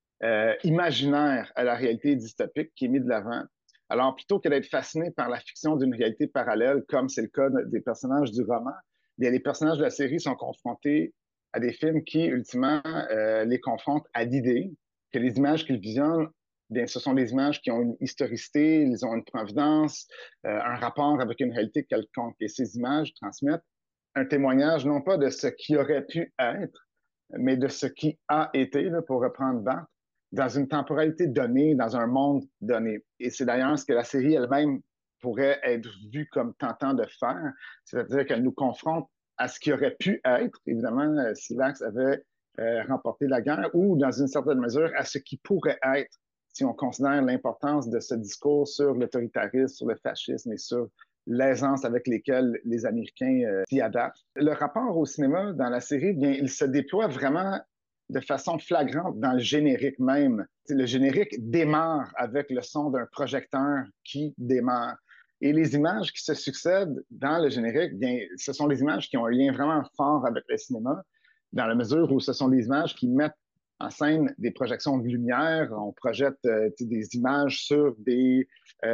[SPEAKER 5] imaginaire à la réalité dystopique qui est mis de l'avant. Alors, plutôt que d'être fasciné par la fiction d'une réalité parallèle, comme c'est le cas des personnages du roman, bien, les personnages de la série sont confrontés à des films qui, ultimement, les confrontent à l'idée que les images qu'ils visionnent, bien, ce sont des images qui ont une historicité, ils ont une provenance, un rapport avec une réalité quelconque. Et ces images transmettent un témoignage, non pas de ce qui aurait pu être, mais de ce qui a été, là, pour reprendre Barthes, dans une temporalité donnée, dans un monde donné. Et c'est d'ailleurs ce que la série elle-même pourrait être vue comme tentant de faire, c'est-à-dire qu'elle nous confronte à ce qui aurait pu être, évidemment, si l'Axe avait remporté la guerre, ou dans une certaine mesure, à ce qui pourrait être si on considère l'importance de ce discours sur l'autoritarisme, sur le fascisme et sur l'aisance avec lesquelles les Américains s'y adaptent. Le rapport au cinéma dans la série, bien, il se déploie vraiment de façon flagrante dans le générique même. Le générique démarre avec le son d'un projecteur qui démarre. Et les images qui se succèdent dans le générique, bien, ce sont des images qui ont un lien vraiment fort avec le cinéma, dans la mesure où ce sont des images qui mettent en scène des projections de lumière. On projette des images sur des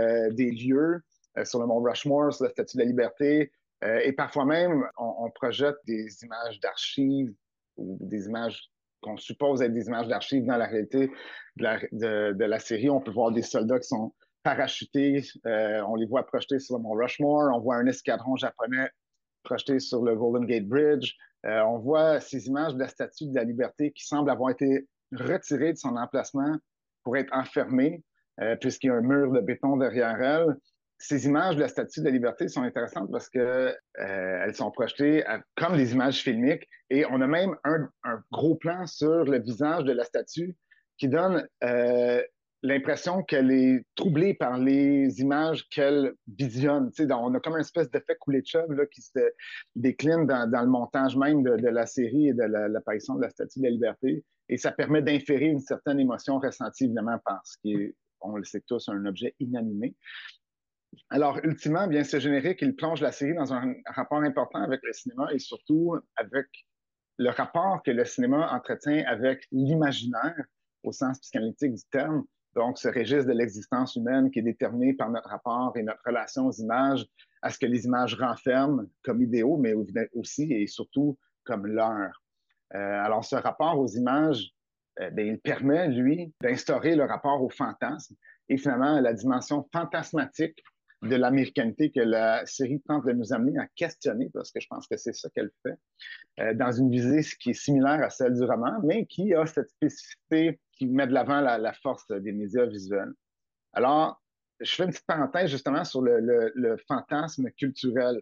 [SPEAKER 5] lieux, sur le mont Rushmore, sur la Statue de la Liberté, et parfois même, on projette des images d'archives ou des images qu'on suppose être des images d'archives dans la réalité de la série. On peut voir des soldats qui sont parachutés, on les voit projetés sur le mont Rushmore, on voit un escadron japonais projeté sur le Golden Gate Bridge. On voit ces images de la Statue de la Liberté qui semble avoir été retirée de son emplacement pour être enfermée, puisqu'il y a un mur de béton derrière elle. Ces images de la Statue de la Liberté sont intéressantes parce que elles sont projetées comme des images filmiques et on a même un gros plan sur le visage de la statue qui donne l'impression qu'elle est troublée par les images qu'elle visionne. On a comme une espèce d'effet coulé de cheveux là, qui se décline dans le montage même de la série et de l'apparition de la Statue de la Liberté. Et ça permet d'inférer une certaine émotion ressentie, évidemment, par ce qui est, on le sait tous, un objet inanimé. Alors, ultimement, bien, ce générique, il plonge la série dans un rapport important avec le cinéma et surtout avec le rapport que le cinéma entretient avec l'imaginaire au sens psychanalytique du terme. Donc, ce registre de l'existence humaine qui est déterminé par notre rapport et notre relation aux images, à ce que les images renferment comme idéaux, mais aussi et surtout comme leurs. Alors, ce rapport aux images, bien, il permet, lui, d'instaurer le rapport au fantasme et finalement la dimension fantasmatique de l'américanité que la série tente de nous amener à questionner, parce que je pense que c'est ça qu'elle fait, dans une visée qui est similaire à celle du roman, mais qui a cette spécificité qui met de l'avant la force des médias visuels. Alors, je fais une petite parenthèse justement sur le fantasme culturel.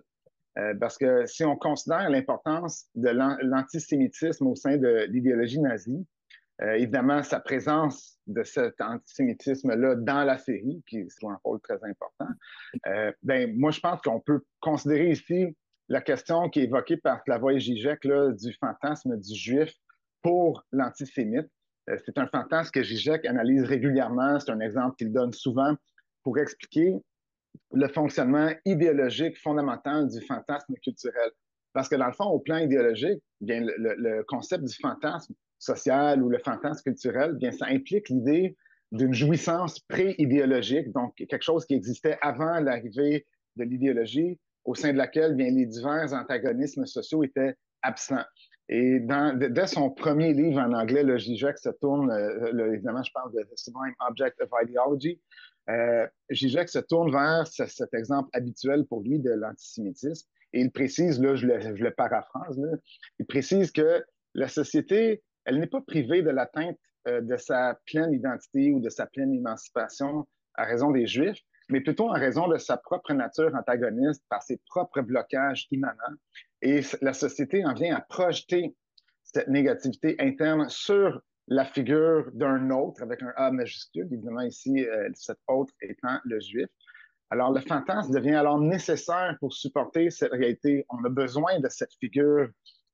[SPEAKER 5] Parce que si on considère l'importance de l'antisémitisme au sein de l'idéologie nazie, évidemment, sa présence de cet antisémitisme-là dans la série, qui joue un rôle très important, ben, moi, je pense qu'on peut considérer ici la question qui est évoquée par Slavoj Žižek là, du fantasme du juif pour l'antisémite. C'est un fantasme que Žižek analyse régulièrement. C'est un exemple qu'il donne souvent pour expliquer le fonctionnement idéologique fondamental du fantasme culturel. Parce que dans le fond, au plan idéologique, bien, le concept du fantasme social ou le fantasme culturel, bien, ça implique l'idée d'une jouissance pré-idéologique, donc quelque chose qui existait avant l'arrivée de l'idéologie, au sein de laquelle bien, les divers antagonismes sociaux étaient absents. Et dès son premier livre en anglais, le Žižek se tourne, évidemment, je parle de The Sublime Object of Ideology, Žižek se tourne vers cet exemple habituel pour lui de l'antisémitisme. Et il précise, là, je le paraphrase, là, il précise que la société, elle n'est pas privée de l'atteinte de sa pleine identité ou de sa pleine émancipation à raison des Juifs, mais plutôt en raison de sa propre nature antagoniste par ses propres blocages immanents. Et la société en vient à projeter cette négativité interne sur la figure d'un autre, avec un A majuscule, évidemment ici, cet autre étant le Juif. Alors, le fantasme devient alors nécessaire pour supporter cette réalité. On a besoin de cette figure,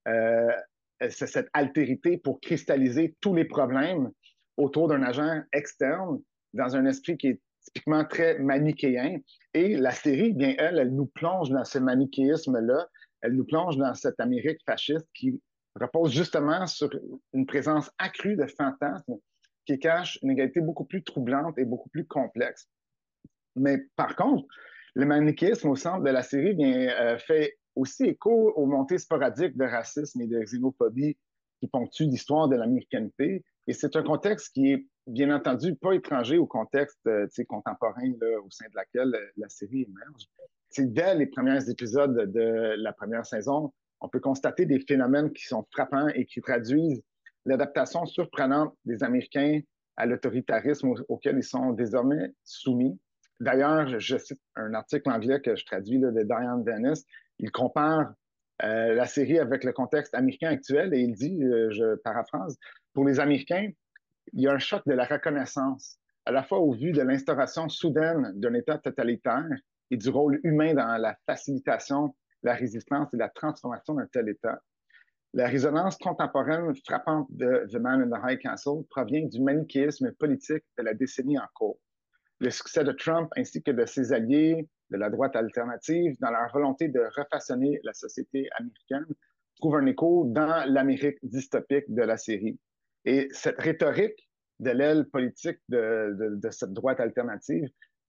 [SPEAKER 5] cette altérité pour cristalliser tous les problèmes autour d'un agent externe dans un esprit qui est typiquement très manichéen. Et la série, bien, elle nous plonge dans ce manichéisme-là. Elle nous plonge dans cette Amérique fasciste qui repose justement sur une présence accrue de fantasmes qui cache une égalité beaucoup plus troublante et beaucoup plus complexe. Mais par contre, le manichéisme au centre de la série bien, fait aussi écho aux montées sporadiques de racisme et de xénophobie qui ponctuent l'histoire de l'américanité. Et c'est un contexte qui est, bien entendu, pas étranger au contexte contemporain là, au sein de laquelle la série émerge. C'est dès les premiers épisodes de la première saison, on peut constater des phénomènes qui sont frappants et qui traduisent l'adaptation surprenante des Américains à l'autoritarisme auquel ils sont désormais soumis. D'ailleurs, je cite un article anglais que je traduis là, de Diane Dennis. Il compare la série avec le contexte américain actuel et il dit, je paraphrase, pour les Américains, il y a un choc de la reconnaissance, à la fois au vu de l'instauration soudaine d'un État totalitaire et du rôle humain dans la facilitation, la résistance et la transformation d'un tel État. La résonance contemporaine frappante de The Man in the High Castle provient du manichéisme politique de la décennie en cours. Le succès de Trump ainsi que de ses alliés de la droite alternative dans leur volonté de refaçonner la société américaine trouve un écho dans l'Amérique dystopique de la série. Et cette rhétorique de l'aile politique de cette droite alternative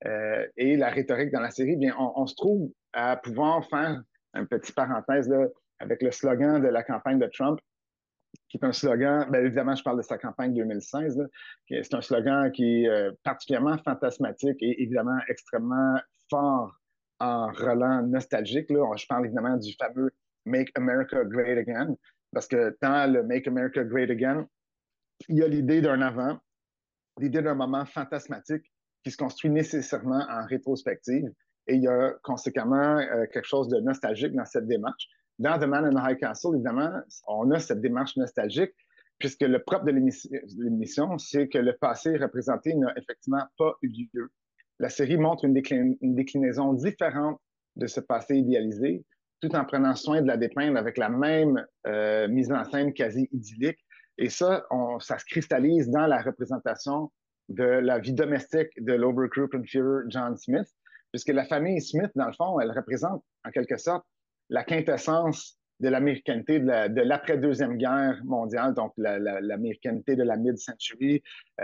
[SPEAKER 5] et la rhétorique dans la série, bien, on se trouve à pouvoir faire un petit parenthèse là, avec le slogan de la campagne de Trump, qui est un slogan, bien évidemment, je parle de sa campagne 2016, là, c'est un slogan qui est particulièrement fantasmatique et évidemment extrêmement fort en relent nostalgique. Là. Je parle évidemment du fameux Make America Great Again, parce que dans le Make America Great Again, il y a l'idée d'un avant, l'idée d'un moment fantasmatique qui se construit nécessairement en rétrospective. Et il y a conséquemment quelque chose de nostalgique dans cette démarche. Dans The Man in the High Castle, évidemment, on a cette démarche nostalgique, puisque le propre de l'émission, c'est que le passé représenté n'a effectivement pas eu lieu. La série montre une déclinaison différente de ce passé idéalisé, tout en prenant soin de la dépeindre avec la même mise en scène quasi idyllique. Et ça, ça se cristallise dans la représentation de la vie domestique de l'Obergruppenführer John Smith, puisque la famille Smith, dans le fond, elle représente en quelque sorte la quintessence de l'américanité de l'après-deuxième guerre mondiale, donc l'américanité de la mid-century.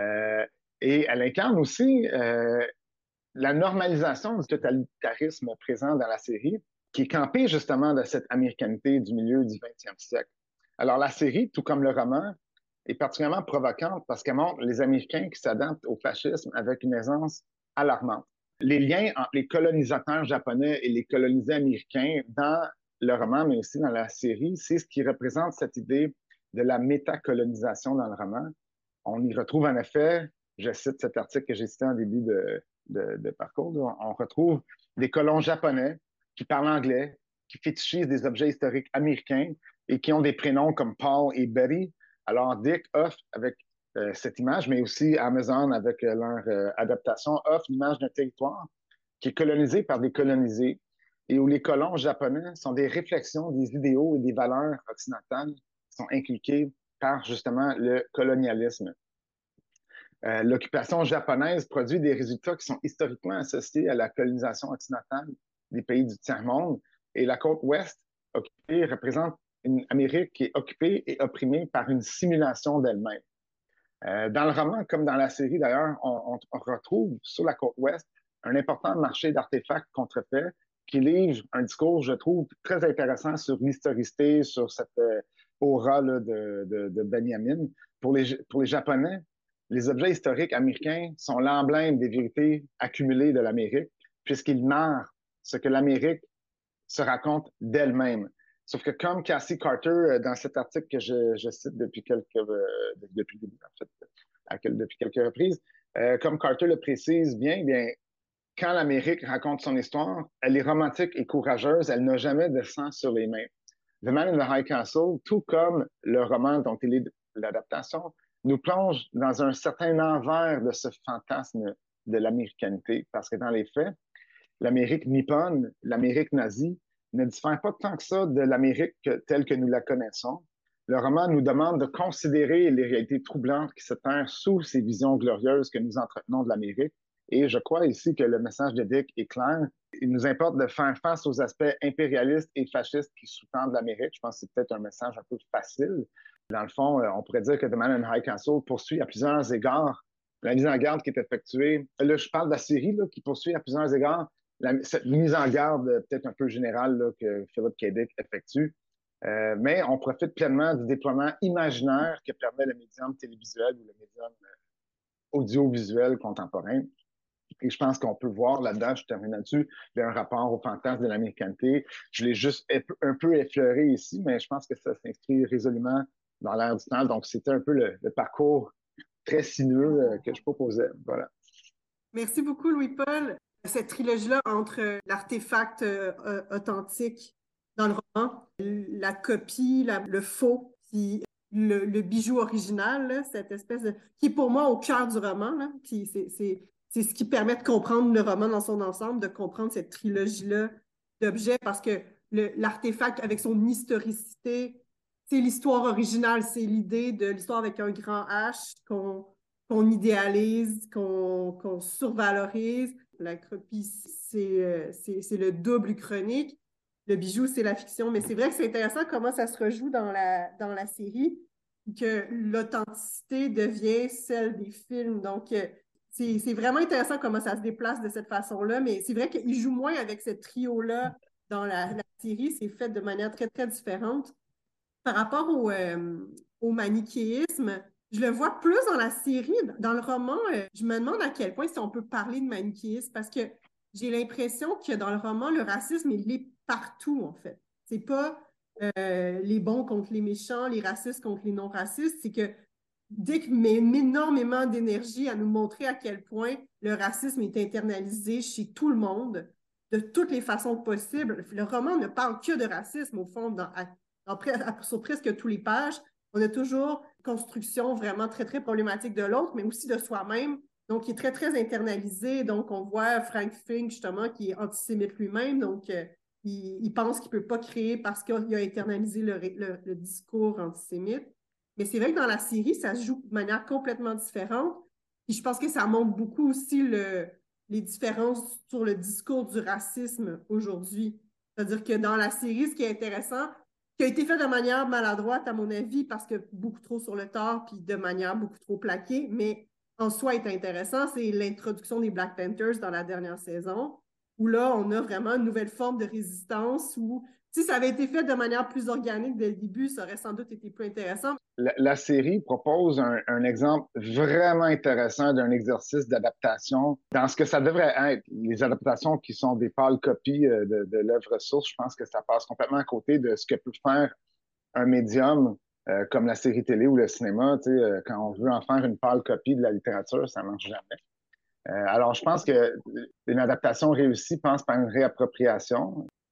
[SPEAKER 5] Et elle incarne aussi la normalisation du totalitarisme présent dans la série, qui est campée justement de cette américanité du milieu du 20e siècle. Alors la série, tout comme le roman, est particulièrement provocante parce qu'elle montre les Américains qui s'adaptent au fascisme avec une aisance alarmante. Les liens entre les colonisateurs japonais et les colonisés américains dans le roman, mais aussi dans la série, c'est ce qui représente cette idée de la métacolonisation dans le roman. On y retrouve en effet, je cite cet article que j'ai cité en début de parcours, on retrouve des colons japonais qui parlent anglais, qui fétichisent des objets historiques américains et qui ont des prénoms comme Paul et Betty. Alors, Dick offre avec cette image, mais aussi Amazon avec leur adaptation, offre l'image d'un territoire qui est colonisé par des colonisés et où les colons japonais sont des réflexions des idéaux et des valeurs occidentales qui sont inculquées par justement le colonialisme. L'occupation japonaise produit des résultats qui sont historiquement associés à la colonisation occidentale des pays du tiers-monde. Et la côte ouest occupée représente une Amérique qui est occupée et opprimée par une simulation d'elle-même. Dans le roman, comme dans la série d'ailleurs, on retrouve sur la côte ouest un important marché d'artefacts contrefaits qui livre un discours, je trouve, très intéressant sur l'historicité, sur cette aura là, de Benjamin. Pour les Japonais, les objets historiques américains sont l'emblème des vérités accumulées de l'Amérique, puisqu'ils narrent ce que l'Amérique se raconte d'elle-même. Sauf que comme Cassie Carter, dans cet article que je cite depuis depuis le début, en fait, depuis quelques reprises, comme Carter le précise bien, quand l'Amérique raconte son histoire, elle est romantique et courageuse, elle n'a jamais de sang sur les mains. The Man in the High Castle, tout comme le roman dont il est l'adaptation, nous plonge dans un certain envers de ce fantasme de l'américanité, parce que dans les faits, l'Amérique nippone, l'Amérique nazie, ne diffère pas tant que ça de l'Amérique telle que nous la connaissons. Le roman nous demande de considérer les réalités troublantes qui se terrent sous ces visions glorieuses que nous entretenons de l'Amérique. Et je crois ici que le message de Dick est clair. Il nous importe de faire face aux aspects impérialistes et fascistes qui sous-tendent l'Amérique. Je pense que c'est peut-être un message un peu facile. Dans le fond, on pourrait dire que The Man in High Castle poursuit à plusieurs égards la mise en garde qui est effectuée. Là, je parle de la série là, qui poursuit à plusieurs égards cette mise en garde peut-être un peu générale là, que Philip K. Dick effectue. Mais on profite pleinement du déploiement imaginaire que permet le médium télévisuel ou le médium audiovisuel contemporain. Et je pense qu'on peut voir là-dedans, je termine là-dessus, il y a un rapport au fantasme de l'américanité. Je l'ai juste un peu effleuré ici, mais je pense que ça s'inscrit résolument dans l'air du temps. Donc, c'était un peu le parcours très sinueux que je proposais. Voilà.
[SPEAKER 2] Merci beaucoup, Louis-Paul. Cette trilogie-là entre l'artefact authentique dans le roman, la copie, le faux, puis le bijou original, là, cette espèce de... qui est pour moi au cœur du roman, là, puis c'est ce qui permet de comprendre le roman dans son ensemble, de comprendre cette trilogie-là d'objets, parce que l'artefact, avec son historicité, c'est l'histoire originale, c'est l'idée de l'histoire avec un grand H qu'on idéalise, qu'on survalorise. La copie, c'est le double uchronique. Le bijou, c'est la fiction. Mais c'est vrai que c'est intéressant comment ça se rejoue dans la série, que l'authenticité devient celle des films. Donc, c'est vraiment intéressant comment ça se déplace de cette façon-là. Mais c'est vrai qu'il joue moins avec ce trio-là dans la série. C'est fait de manière très, très différente. Par rapport au manichéisme, je le vois plus dans la série. Dans le roman, je me demande à quel point si on peut parler de manichéisme parce que j'ai l'impression que dans le roman, le racisme, il est partout, en fait. C'est pas les bons contre les méchants, les racistes contre les non-racistes. C'est que Dick met énormément d'énergie à nous montrer à quel point le racisme est internalisé chez tout le monde, de toutes les façons possibles. Le roman ne parle que de racisme, au fond, sur presque toutes les pages. On a toujours construction vraiment très, très problématique de l'autre, mais aussi de soi-même. Donc, il est très, très internalisé. Donc, on voit Frank Fink, justement, qui est antisémite lui-même. Donc, il pense qu'il ne peut pas créer parce qu'il a internalisé le discours antisémite. Mais c'est vrai que dans la série, ça se joue de manière complètement différente. Et je pense que ça montre beaucoup aussi les différences sur le discours du racisme aujourd'hui. C'est-à-dire que dans la série, ce qui est intéressant, qui a été fait de manière maladroite, à mon avis, parce que beaucoup trop sur le tard, puis de manière beaucoup trop plaquée, mais en soi est intéressant, c'est l'introduction des Black Panthers dans la dernière saison, où là, on a vraiment une nouvelle forme de résistance, où si ça avait été fait de manière plus organique dès le début, ça aurait sans doute été plus intéressant.
[SPEAKER 5] La série propose un exemple vraiment intéressant d'un exercice d'adaptation dans ce que ça devrait être. Les adaptations qui sont des pâles copies de l'œuvre source, je pense que ça passe complètement à côté de ce que peut faire un médium comme la série télé ou le cinéma. Quand on veut en faire une pâle copie de la littérature, ça ne marche jamais. Alors, je pense qu'une adaptation réussie passe par une réappropriation.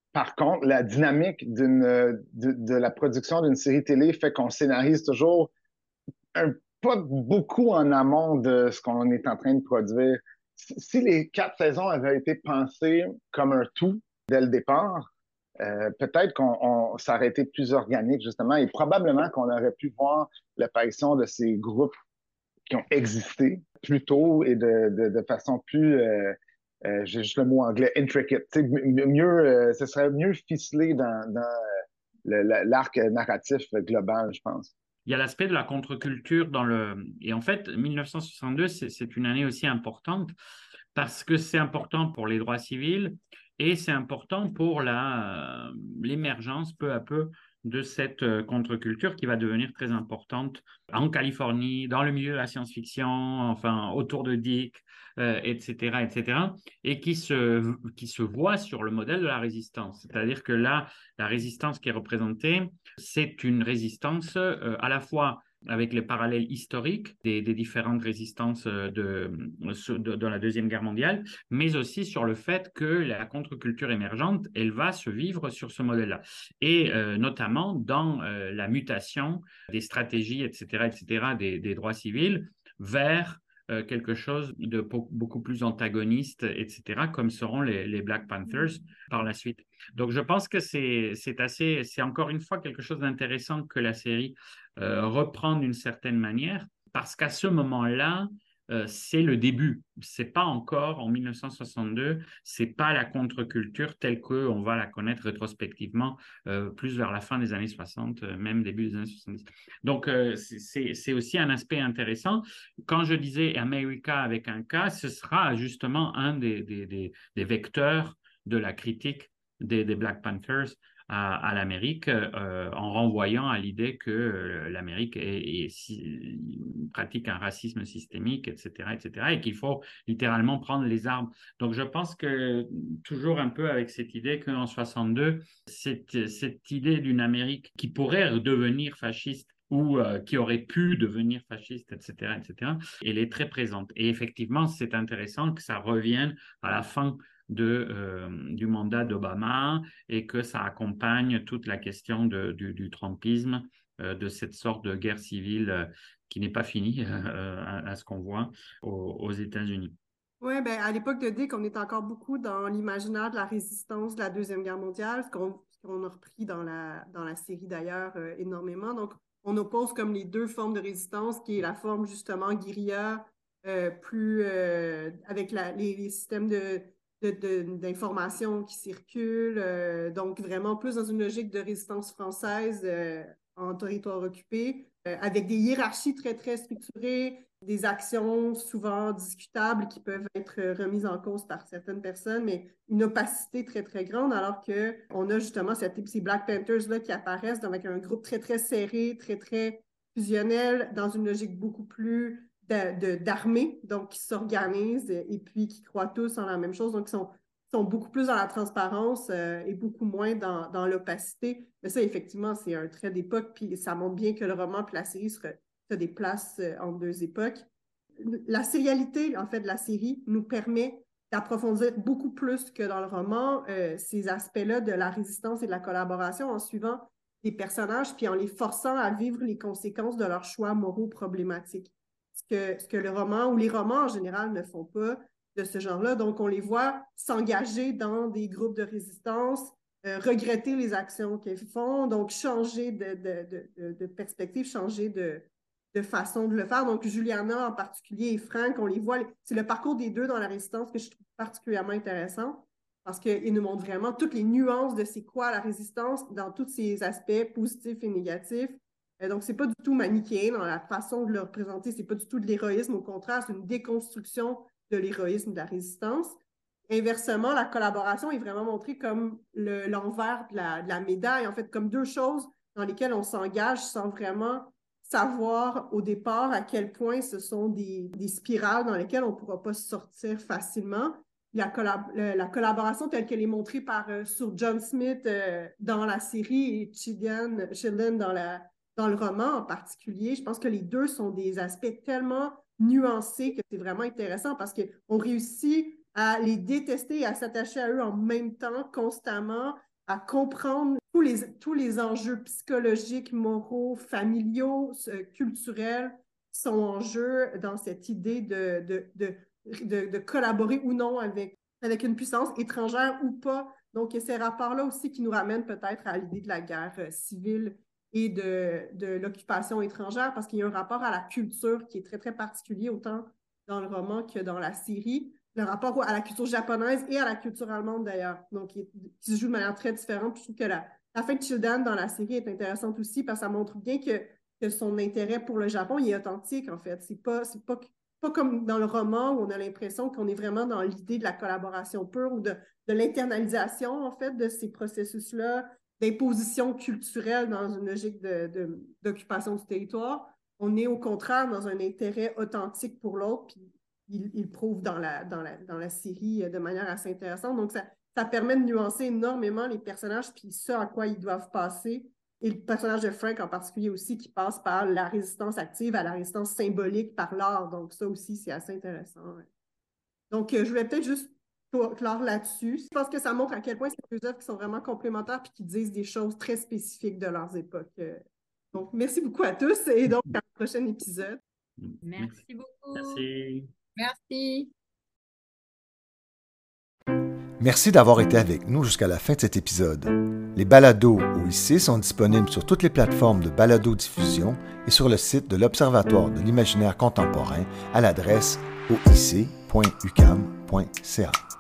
[SPEAKER 5] Par contre, la dynamique de la production d'une série télé fait qu'on scénarise toujours pas beaucoup en amont de ce qu'on est en train de produire. Si les 4 saisons avaient été pensées comme un tout dès le départ, peut-être ça aurait été plus organique, justement, et probablement qu'on aurait pu voir l'apparition de ces groupes qui ont existé plus tôt et de façon plus, j'ai juste le mot anglais, intricate. Ce serait mieux ficelé dans l'arc narratif global, je pense.
[SPEAKER 3] Il y a l'aspect de la contre-culture dans le... Et en fait, 1962, c'est une année aussi importante parce que c'est important pour les droits civils et c'est important pour l'émergence peu à peu de cette contre-culture qui va devenir très importante en Californie, dans le milieu de la science-fiction, enfin autour de Dick, etc., etc., et qui se voit sur le modèle de la résistance. C'est-à-dire que là, la résistance qui est représentée, c'est une résistance à la fois avec les parallèles historiques des différentes résistances de la Deuxième Guerre mondiale, mais aussi sur le fait que la contre-culture émergente, elle va se vivre sur ce modèle-là. Et notamment dans la mutation des stratégies, etc., des droits civils vers quelque chose de beaucoup plus antagoniste, etc., comme seront les Black Panthers par la suite. Donc, je pense que c'est encore une fois quelque chose d'intéressant que la série reprend d'une certaine manière, parce qu'à ce moment-là, c'est le début. C'est pas encore en 1962, c'est pas la contre-culture telle qu'on va la connaître rétrospectivement, plus vers la fin des années 60, même début des années 70. Donc, c'est aussi un aspect intéressant. Quand je disais America avec un K, ce sera justement un des vecteurs de la critique des Black Panthers à l'Amérique, en renvoyant à l'idée que l'Amérique pratique un racisme systémique, etc., et qu'il faut littéralement prendre les armes. Donc, je pense que toujours un peu avec cette idée qu'en 62, cette idée d'une Amérique qui pourrait devenir fasciste ou qui aurait pu devenir fasciste, etc., elle est très présente. Et effectivement, c'est intéressant que ça revienne à la fin du mandat d'Obama et que ça accompagne toute la question du trumpisme, de cette sorte de guerre civile qui n'est pas finie à ce qu'on voit aux États-Unis.
[SPEAKER 2] Oui, ben, à l'époque de Dick, on est encore beaucoup dans l'imaginaire de la résistance de la Deuxième Guerre mondiale, ce qu'on a repris dans la série d'ailleurs énormément. Donc, on oppose comme les deux formes de résistance, qui est la forme justement guérilla, avec les systèmes d'information qui circulent, donc vraiment plus dans une logique de résistance française en territoire occupé, avec des hiérarchies très, très structurées, des actions souvent discutables qui peuvent être remises en cause par certaines personnes, mais une opacité très, très grande, alors qu'on a justement ces Black Panthers-là qui apparaissent avec un groupe très, très serré, très, très fusionnel, dans une logique beaucoup plus d'armée, donc qui s'organisent et puis qui croient tous en la même chose, donc qui sont beaucoup plus dans la transparence et beaucoup moins dans l'opacité. Mais ça, effectivement, c'est un trait d'époque, puis ça montre bien que le roman puis la série se déplacent entre deux époques. La sérialité, en fait, de la série nous permet d'approfondir beaucoup plus que dans le roman ces aspects-là de la résistance et de la collaboration en suivant des personnages puis en les forçant à vivre les conséquences de leurs choix moraux problématiques. Ce que le roman ou les romans en général ne font pas de ce genre-là. Donc, on les voit s'engager dans des groupes de résistance, regretter les actions qu'ils font, donc changer de perspective, changer de façon de le faire. Donc, Juliana en particulier et Frank, on les voit, c'est le parcours des deux dans la résistance que je trouve particulièrement intéressant parce qu'il nous montre vraiment toutes les nuances de c'est quoi la résistance dans tous ses aspects positifs et négatifs. Donc, c'est pas du tout manichéen dans la façon de le représenter, c'est pas du tout de l'héroïsme, au contraire, c'est une déconstruction de l'héroïsme de la résistance. Inversement, la collaboration est vraiment montrée comme l'envers de la médaille, en fait, comme deux choses dans lesquelles on s'engage sans vraiment savoir au départ à quel point ce sont des spirales dans lesquelles on ne pourra pas sortir facilement. La collaboration telle qu'elle est montrée sur John Smith dans la série et Chilin dans le roman en particulier, je pense que les deux sont des aspects tellement nuancés que c'est vraiment intéressant parce qu'on réussit à les détester et à s'attacher à eux en même temps, constamment, à comprendre tous les enjeux psychologiques, moraux, familiaux, culturels qui sont en jeu dans cette idée de collaborer ou non avec une puissance étrangère ou pas. Donc, ces rapports-là aussi qui nous ramènent peut-être à l'idée de la guerre civile et de l'occupation étrangère, parce qu'il y a un rapport à la culture qui est très, très particulier, autant dans le roman que dans la série. Le rapport à la culture japonaise et à la culture allemande, d'ailleurs, donc qui se joue de manière très différente. Puis je trouve que la fin de Childan dans la série est intéressante aussi, parce que ça montre bien que son intérêt pour le Japon, il est authentique, en fait. C'est pas comme dans le roman où on a l'impression qu'on est vraiment dans l'idée de la collaboration pure ou de l'internalisation, en fait, de ces processus-là, d'imposition culturelle dans une logique d'occupation du territoire. On est au contraire dans un intérêt authentique pour l'autre, puis il prouve dans la série de manière assez intéressante. Donc, ça permet de nuancer énormément les personnages, puis ce à quoi ils doivent passer. Et le personnage de Frank en particulier aussi, qui passe par la résistance active à la résistance symbolique par l'art. Donc, ça aussi, c'est assez intéressant. Ouais. Donc, je voulais peut-être juste clore là-dessus. Je pense que ça montre à quel point c'est deux œuvres qui sont vraiment complémentaires puis qui disent des choses très spécifiques de leurs époques. Donc, merci beaucoup à tous et donc à un prochain épisode.
[SPEAKER 6] Merci beaucoup.
[SPEAKER 3] Merci.
[SPEAKER 4] Merci.
[SPEAKER 1] Merci d'avoir été avec nous jusqu'à la fin de cet épisode. Les balados OIC sont disponibles sur toutes les plateformes de balado-diffusion et sur le site de l'Observatoire de l'imaginaire contemporain à l'adresse oic.uqam.ca.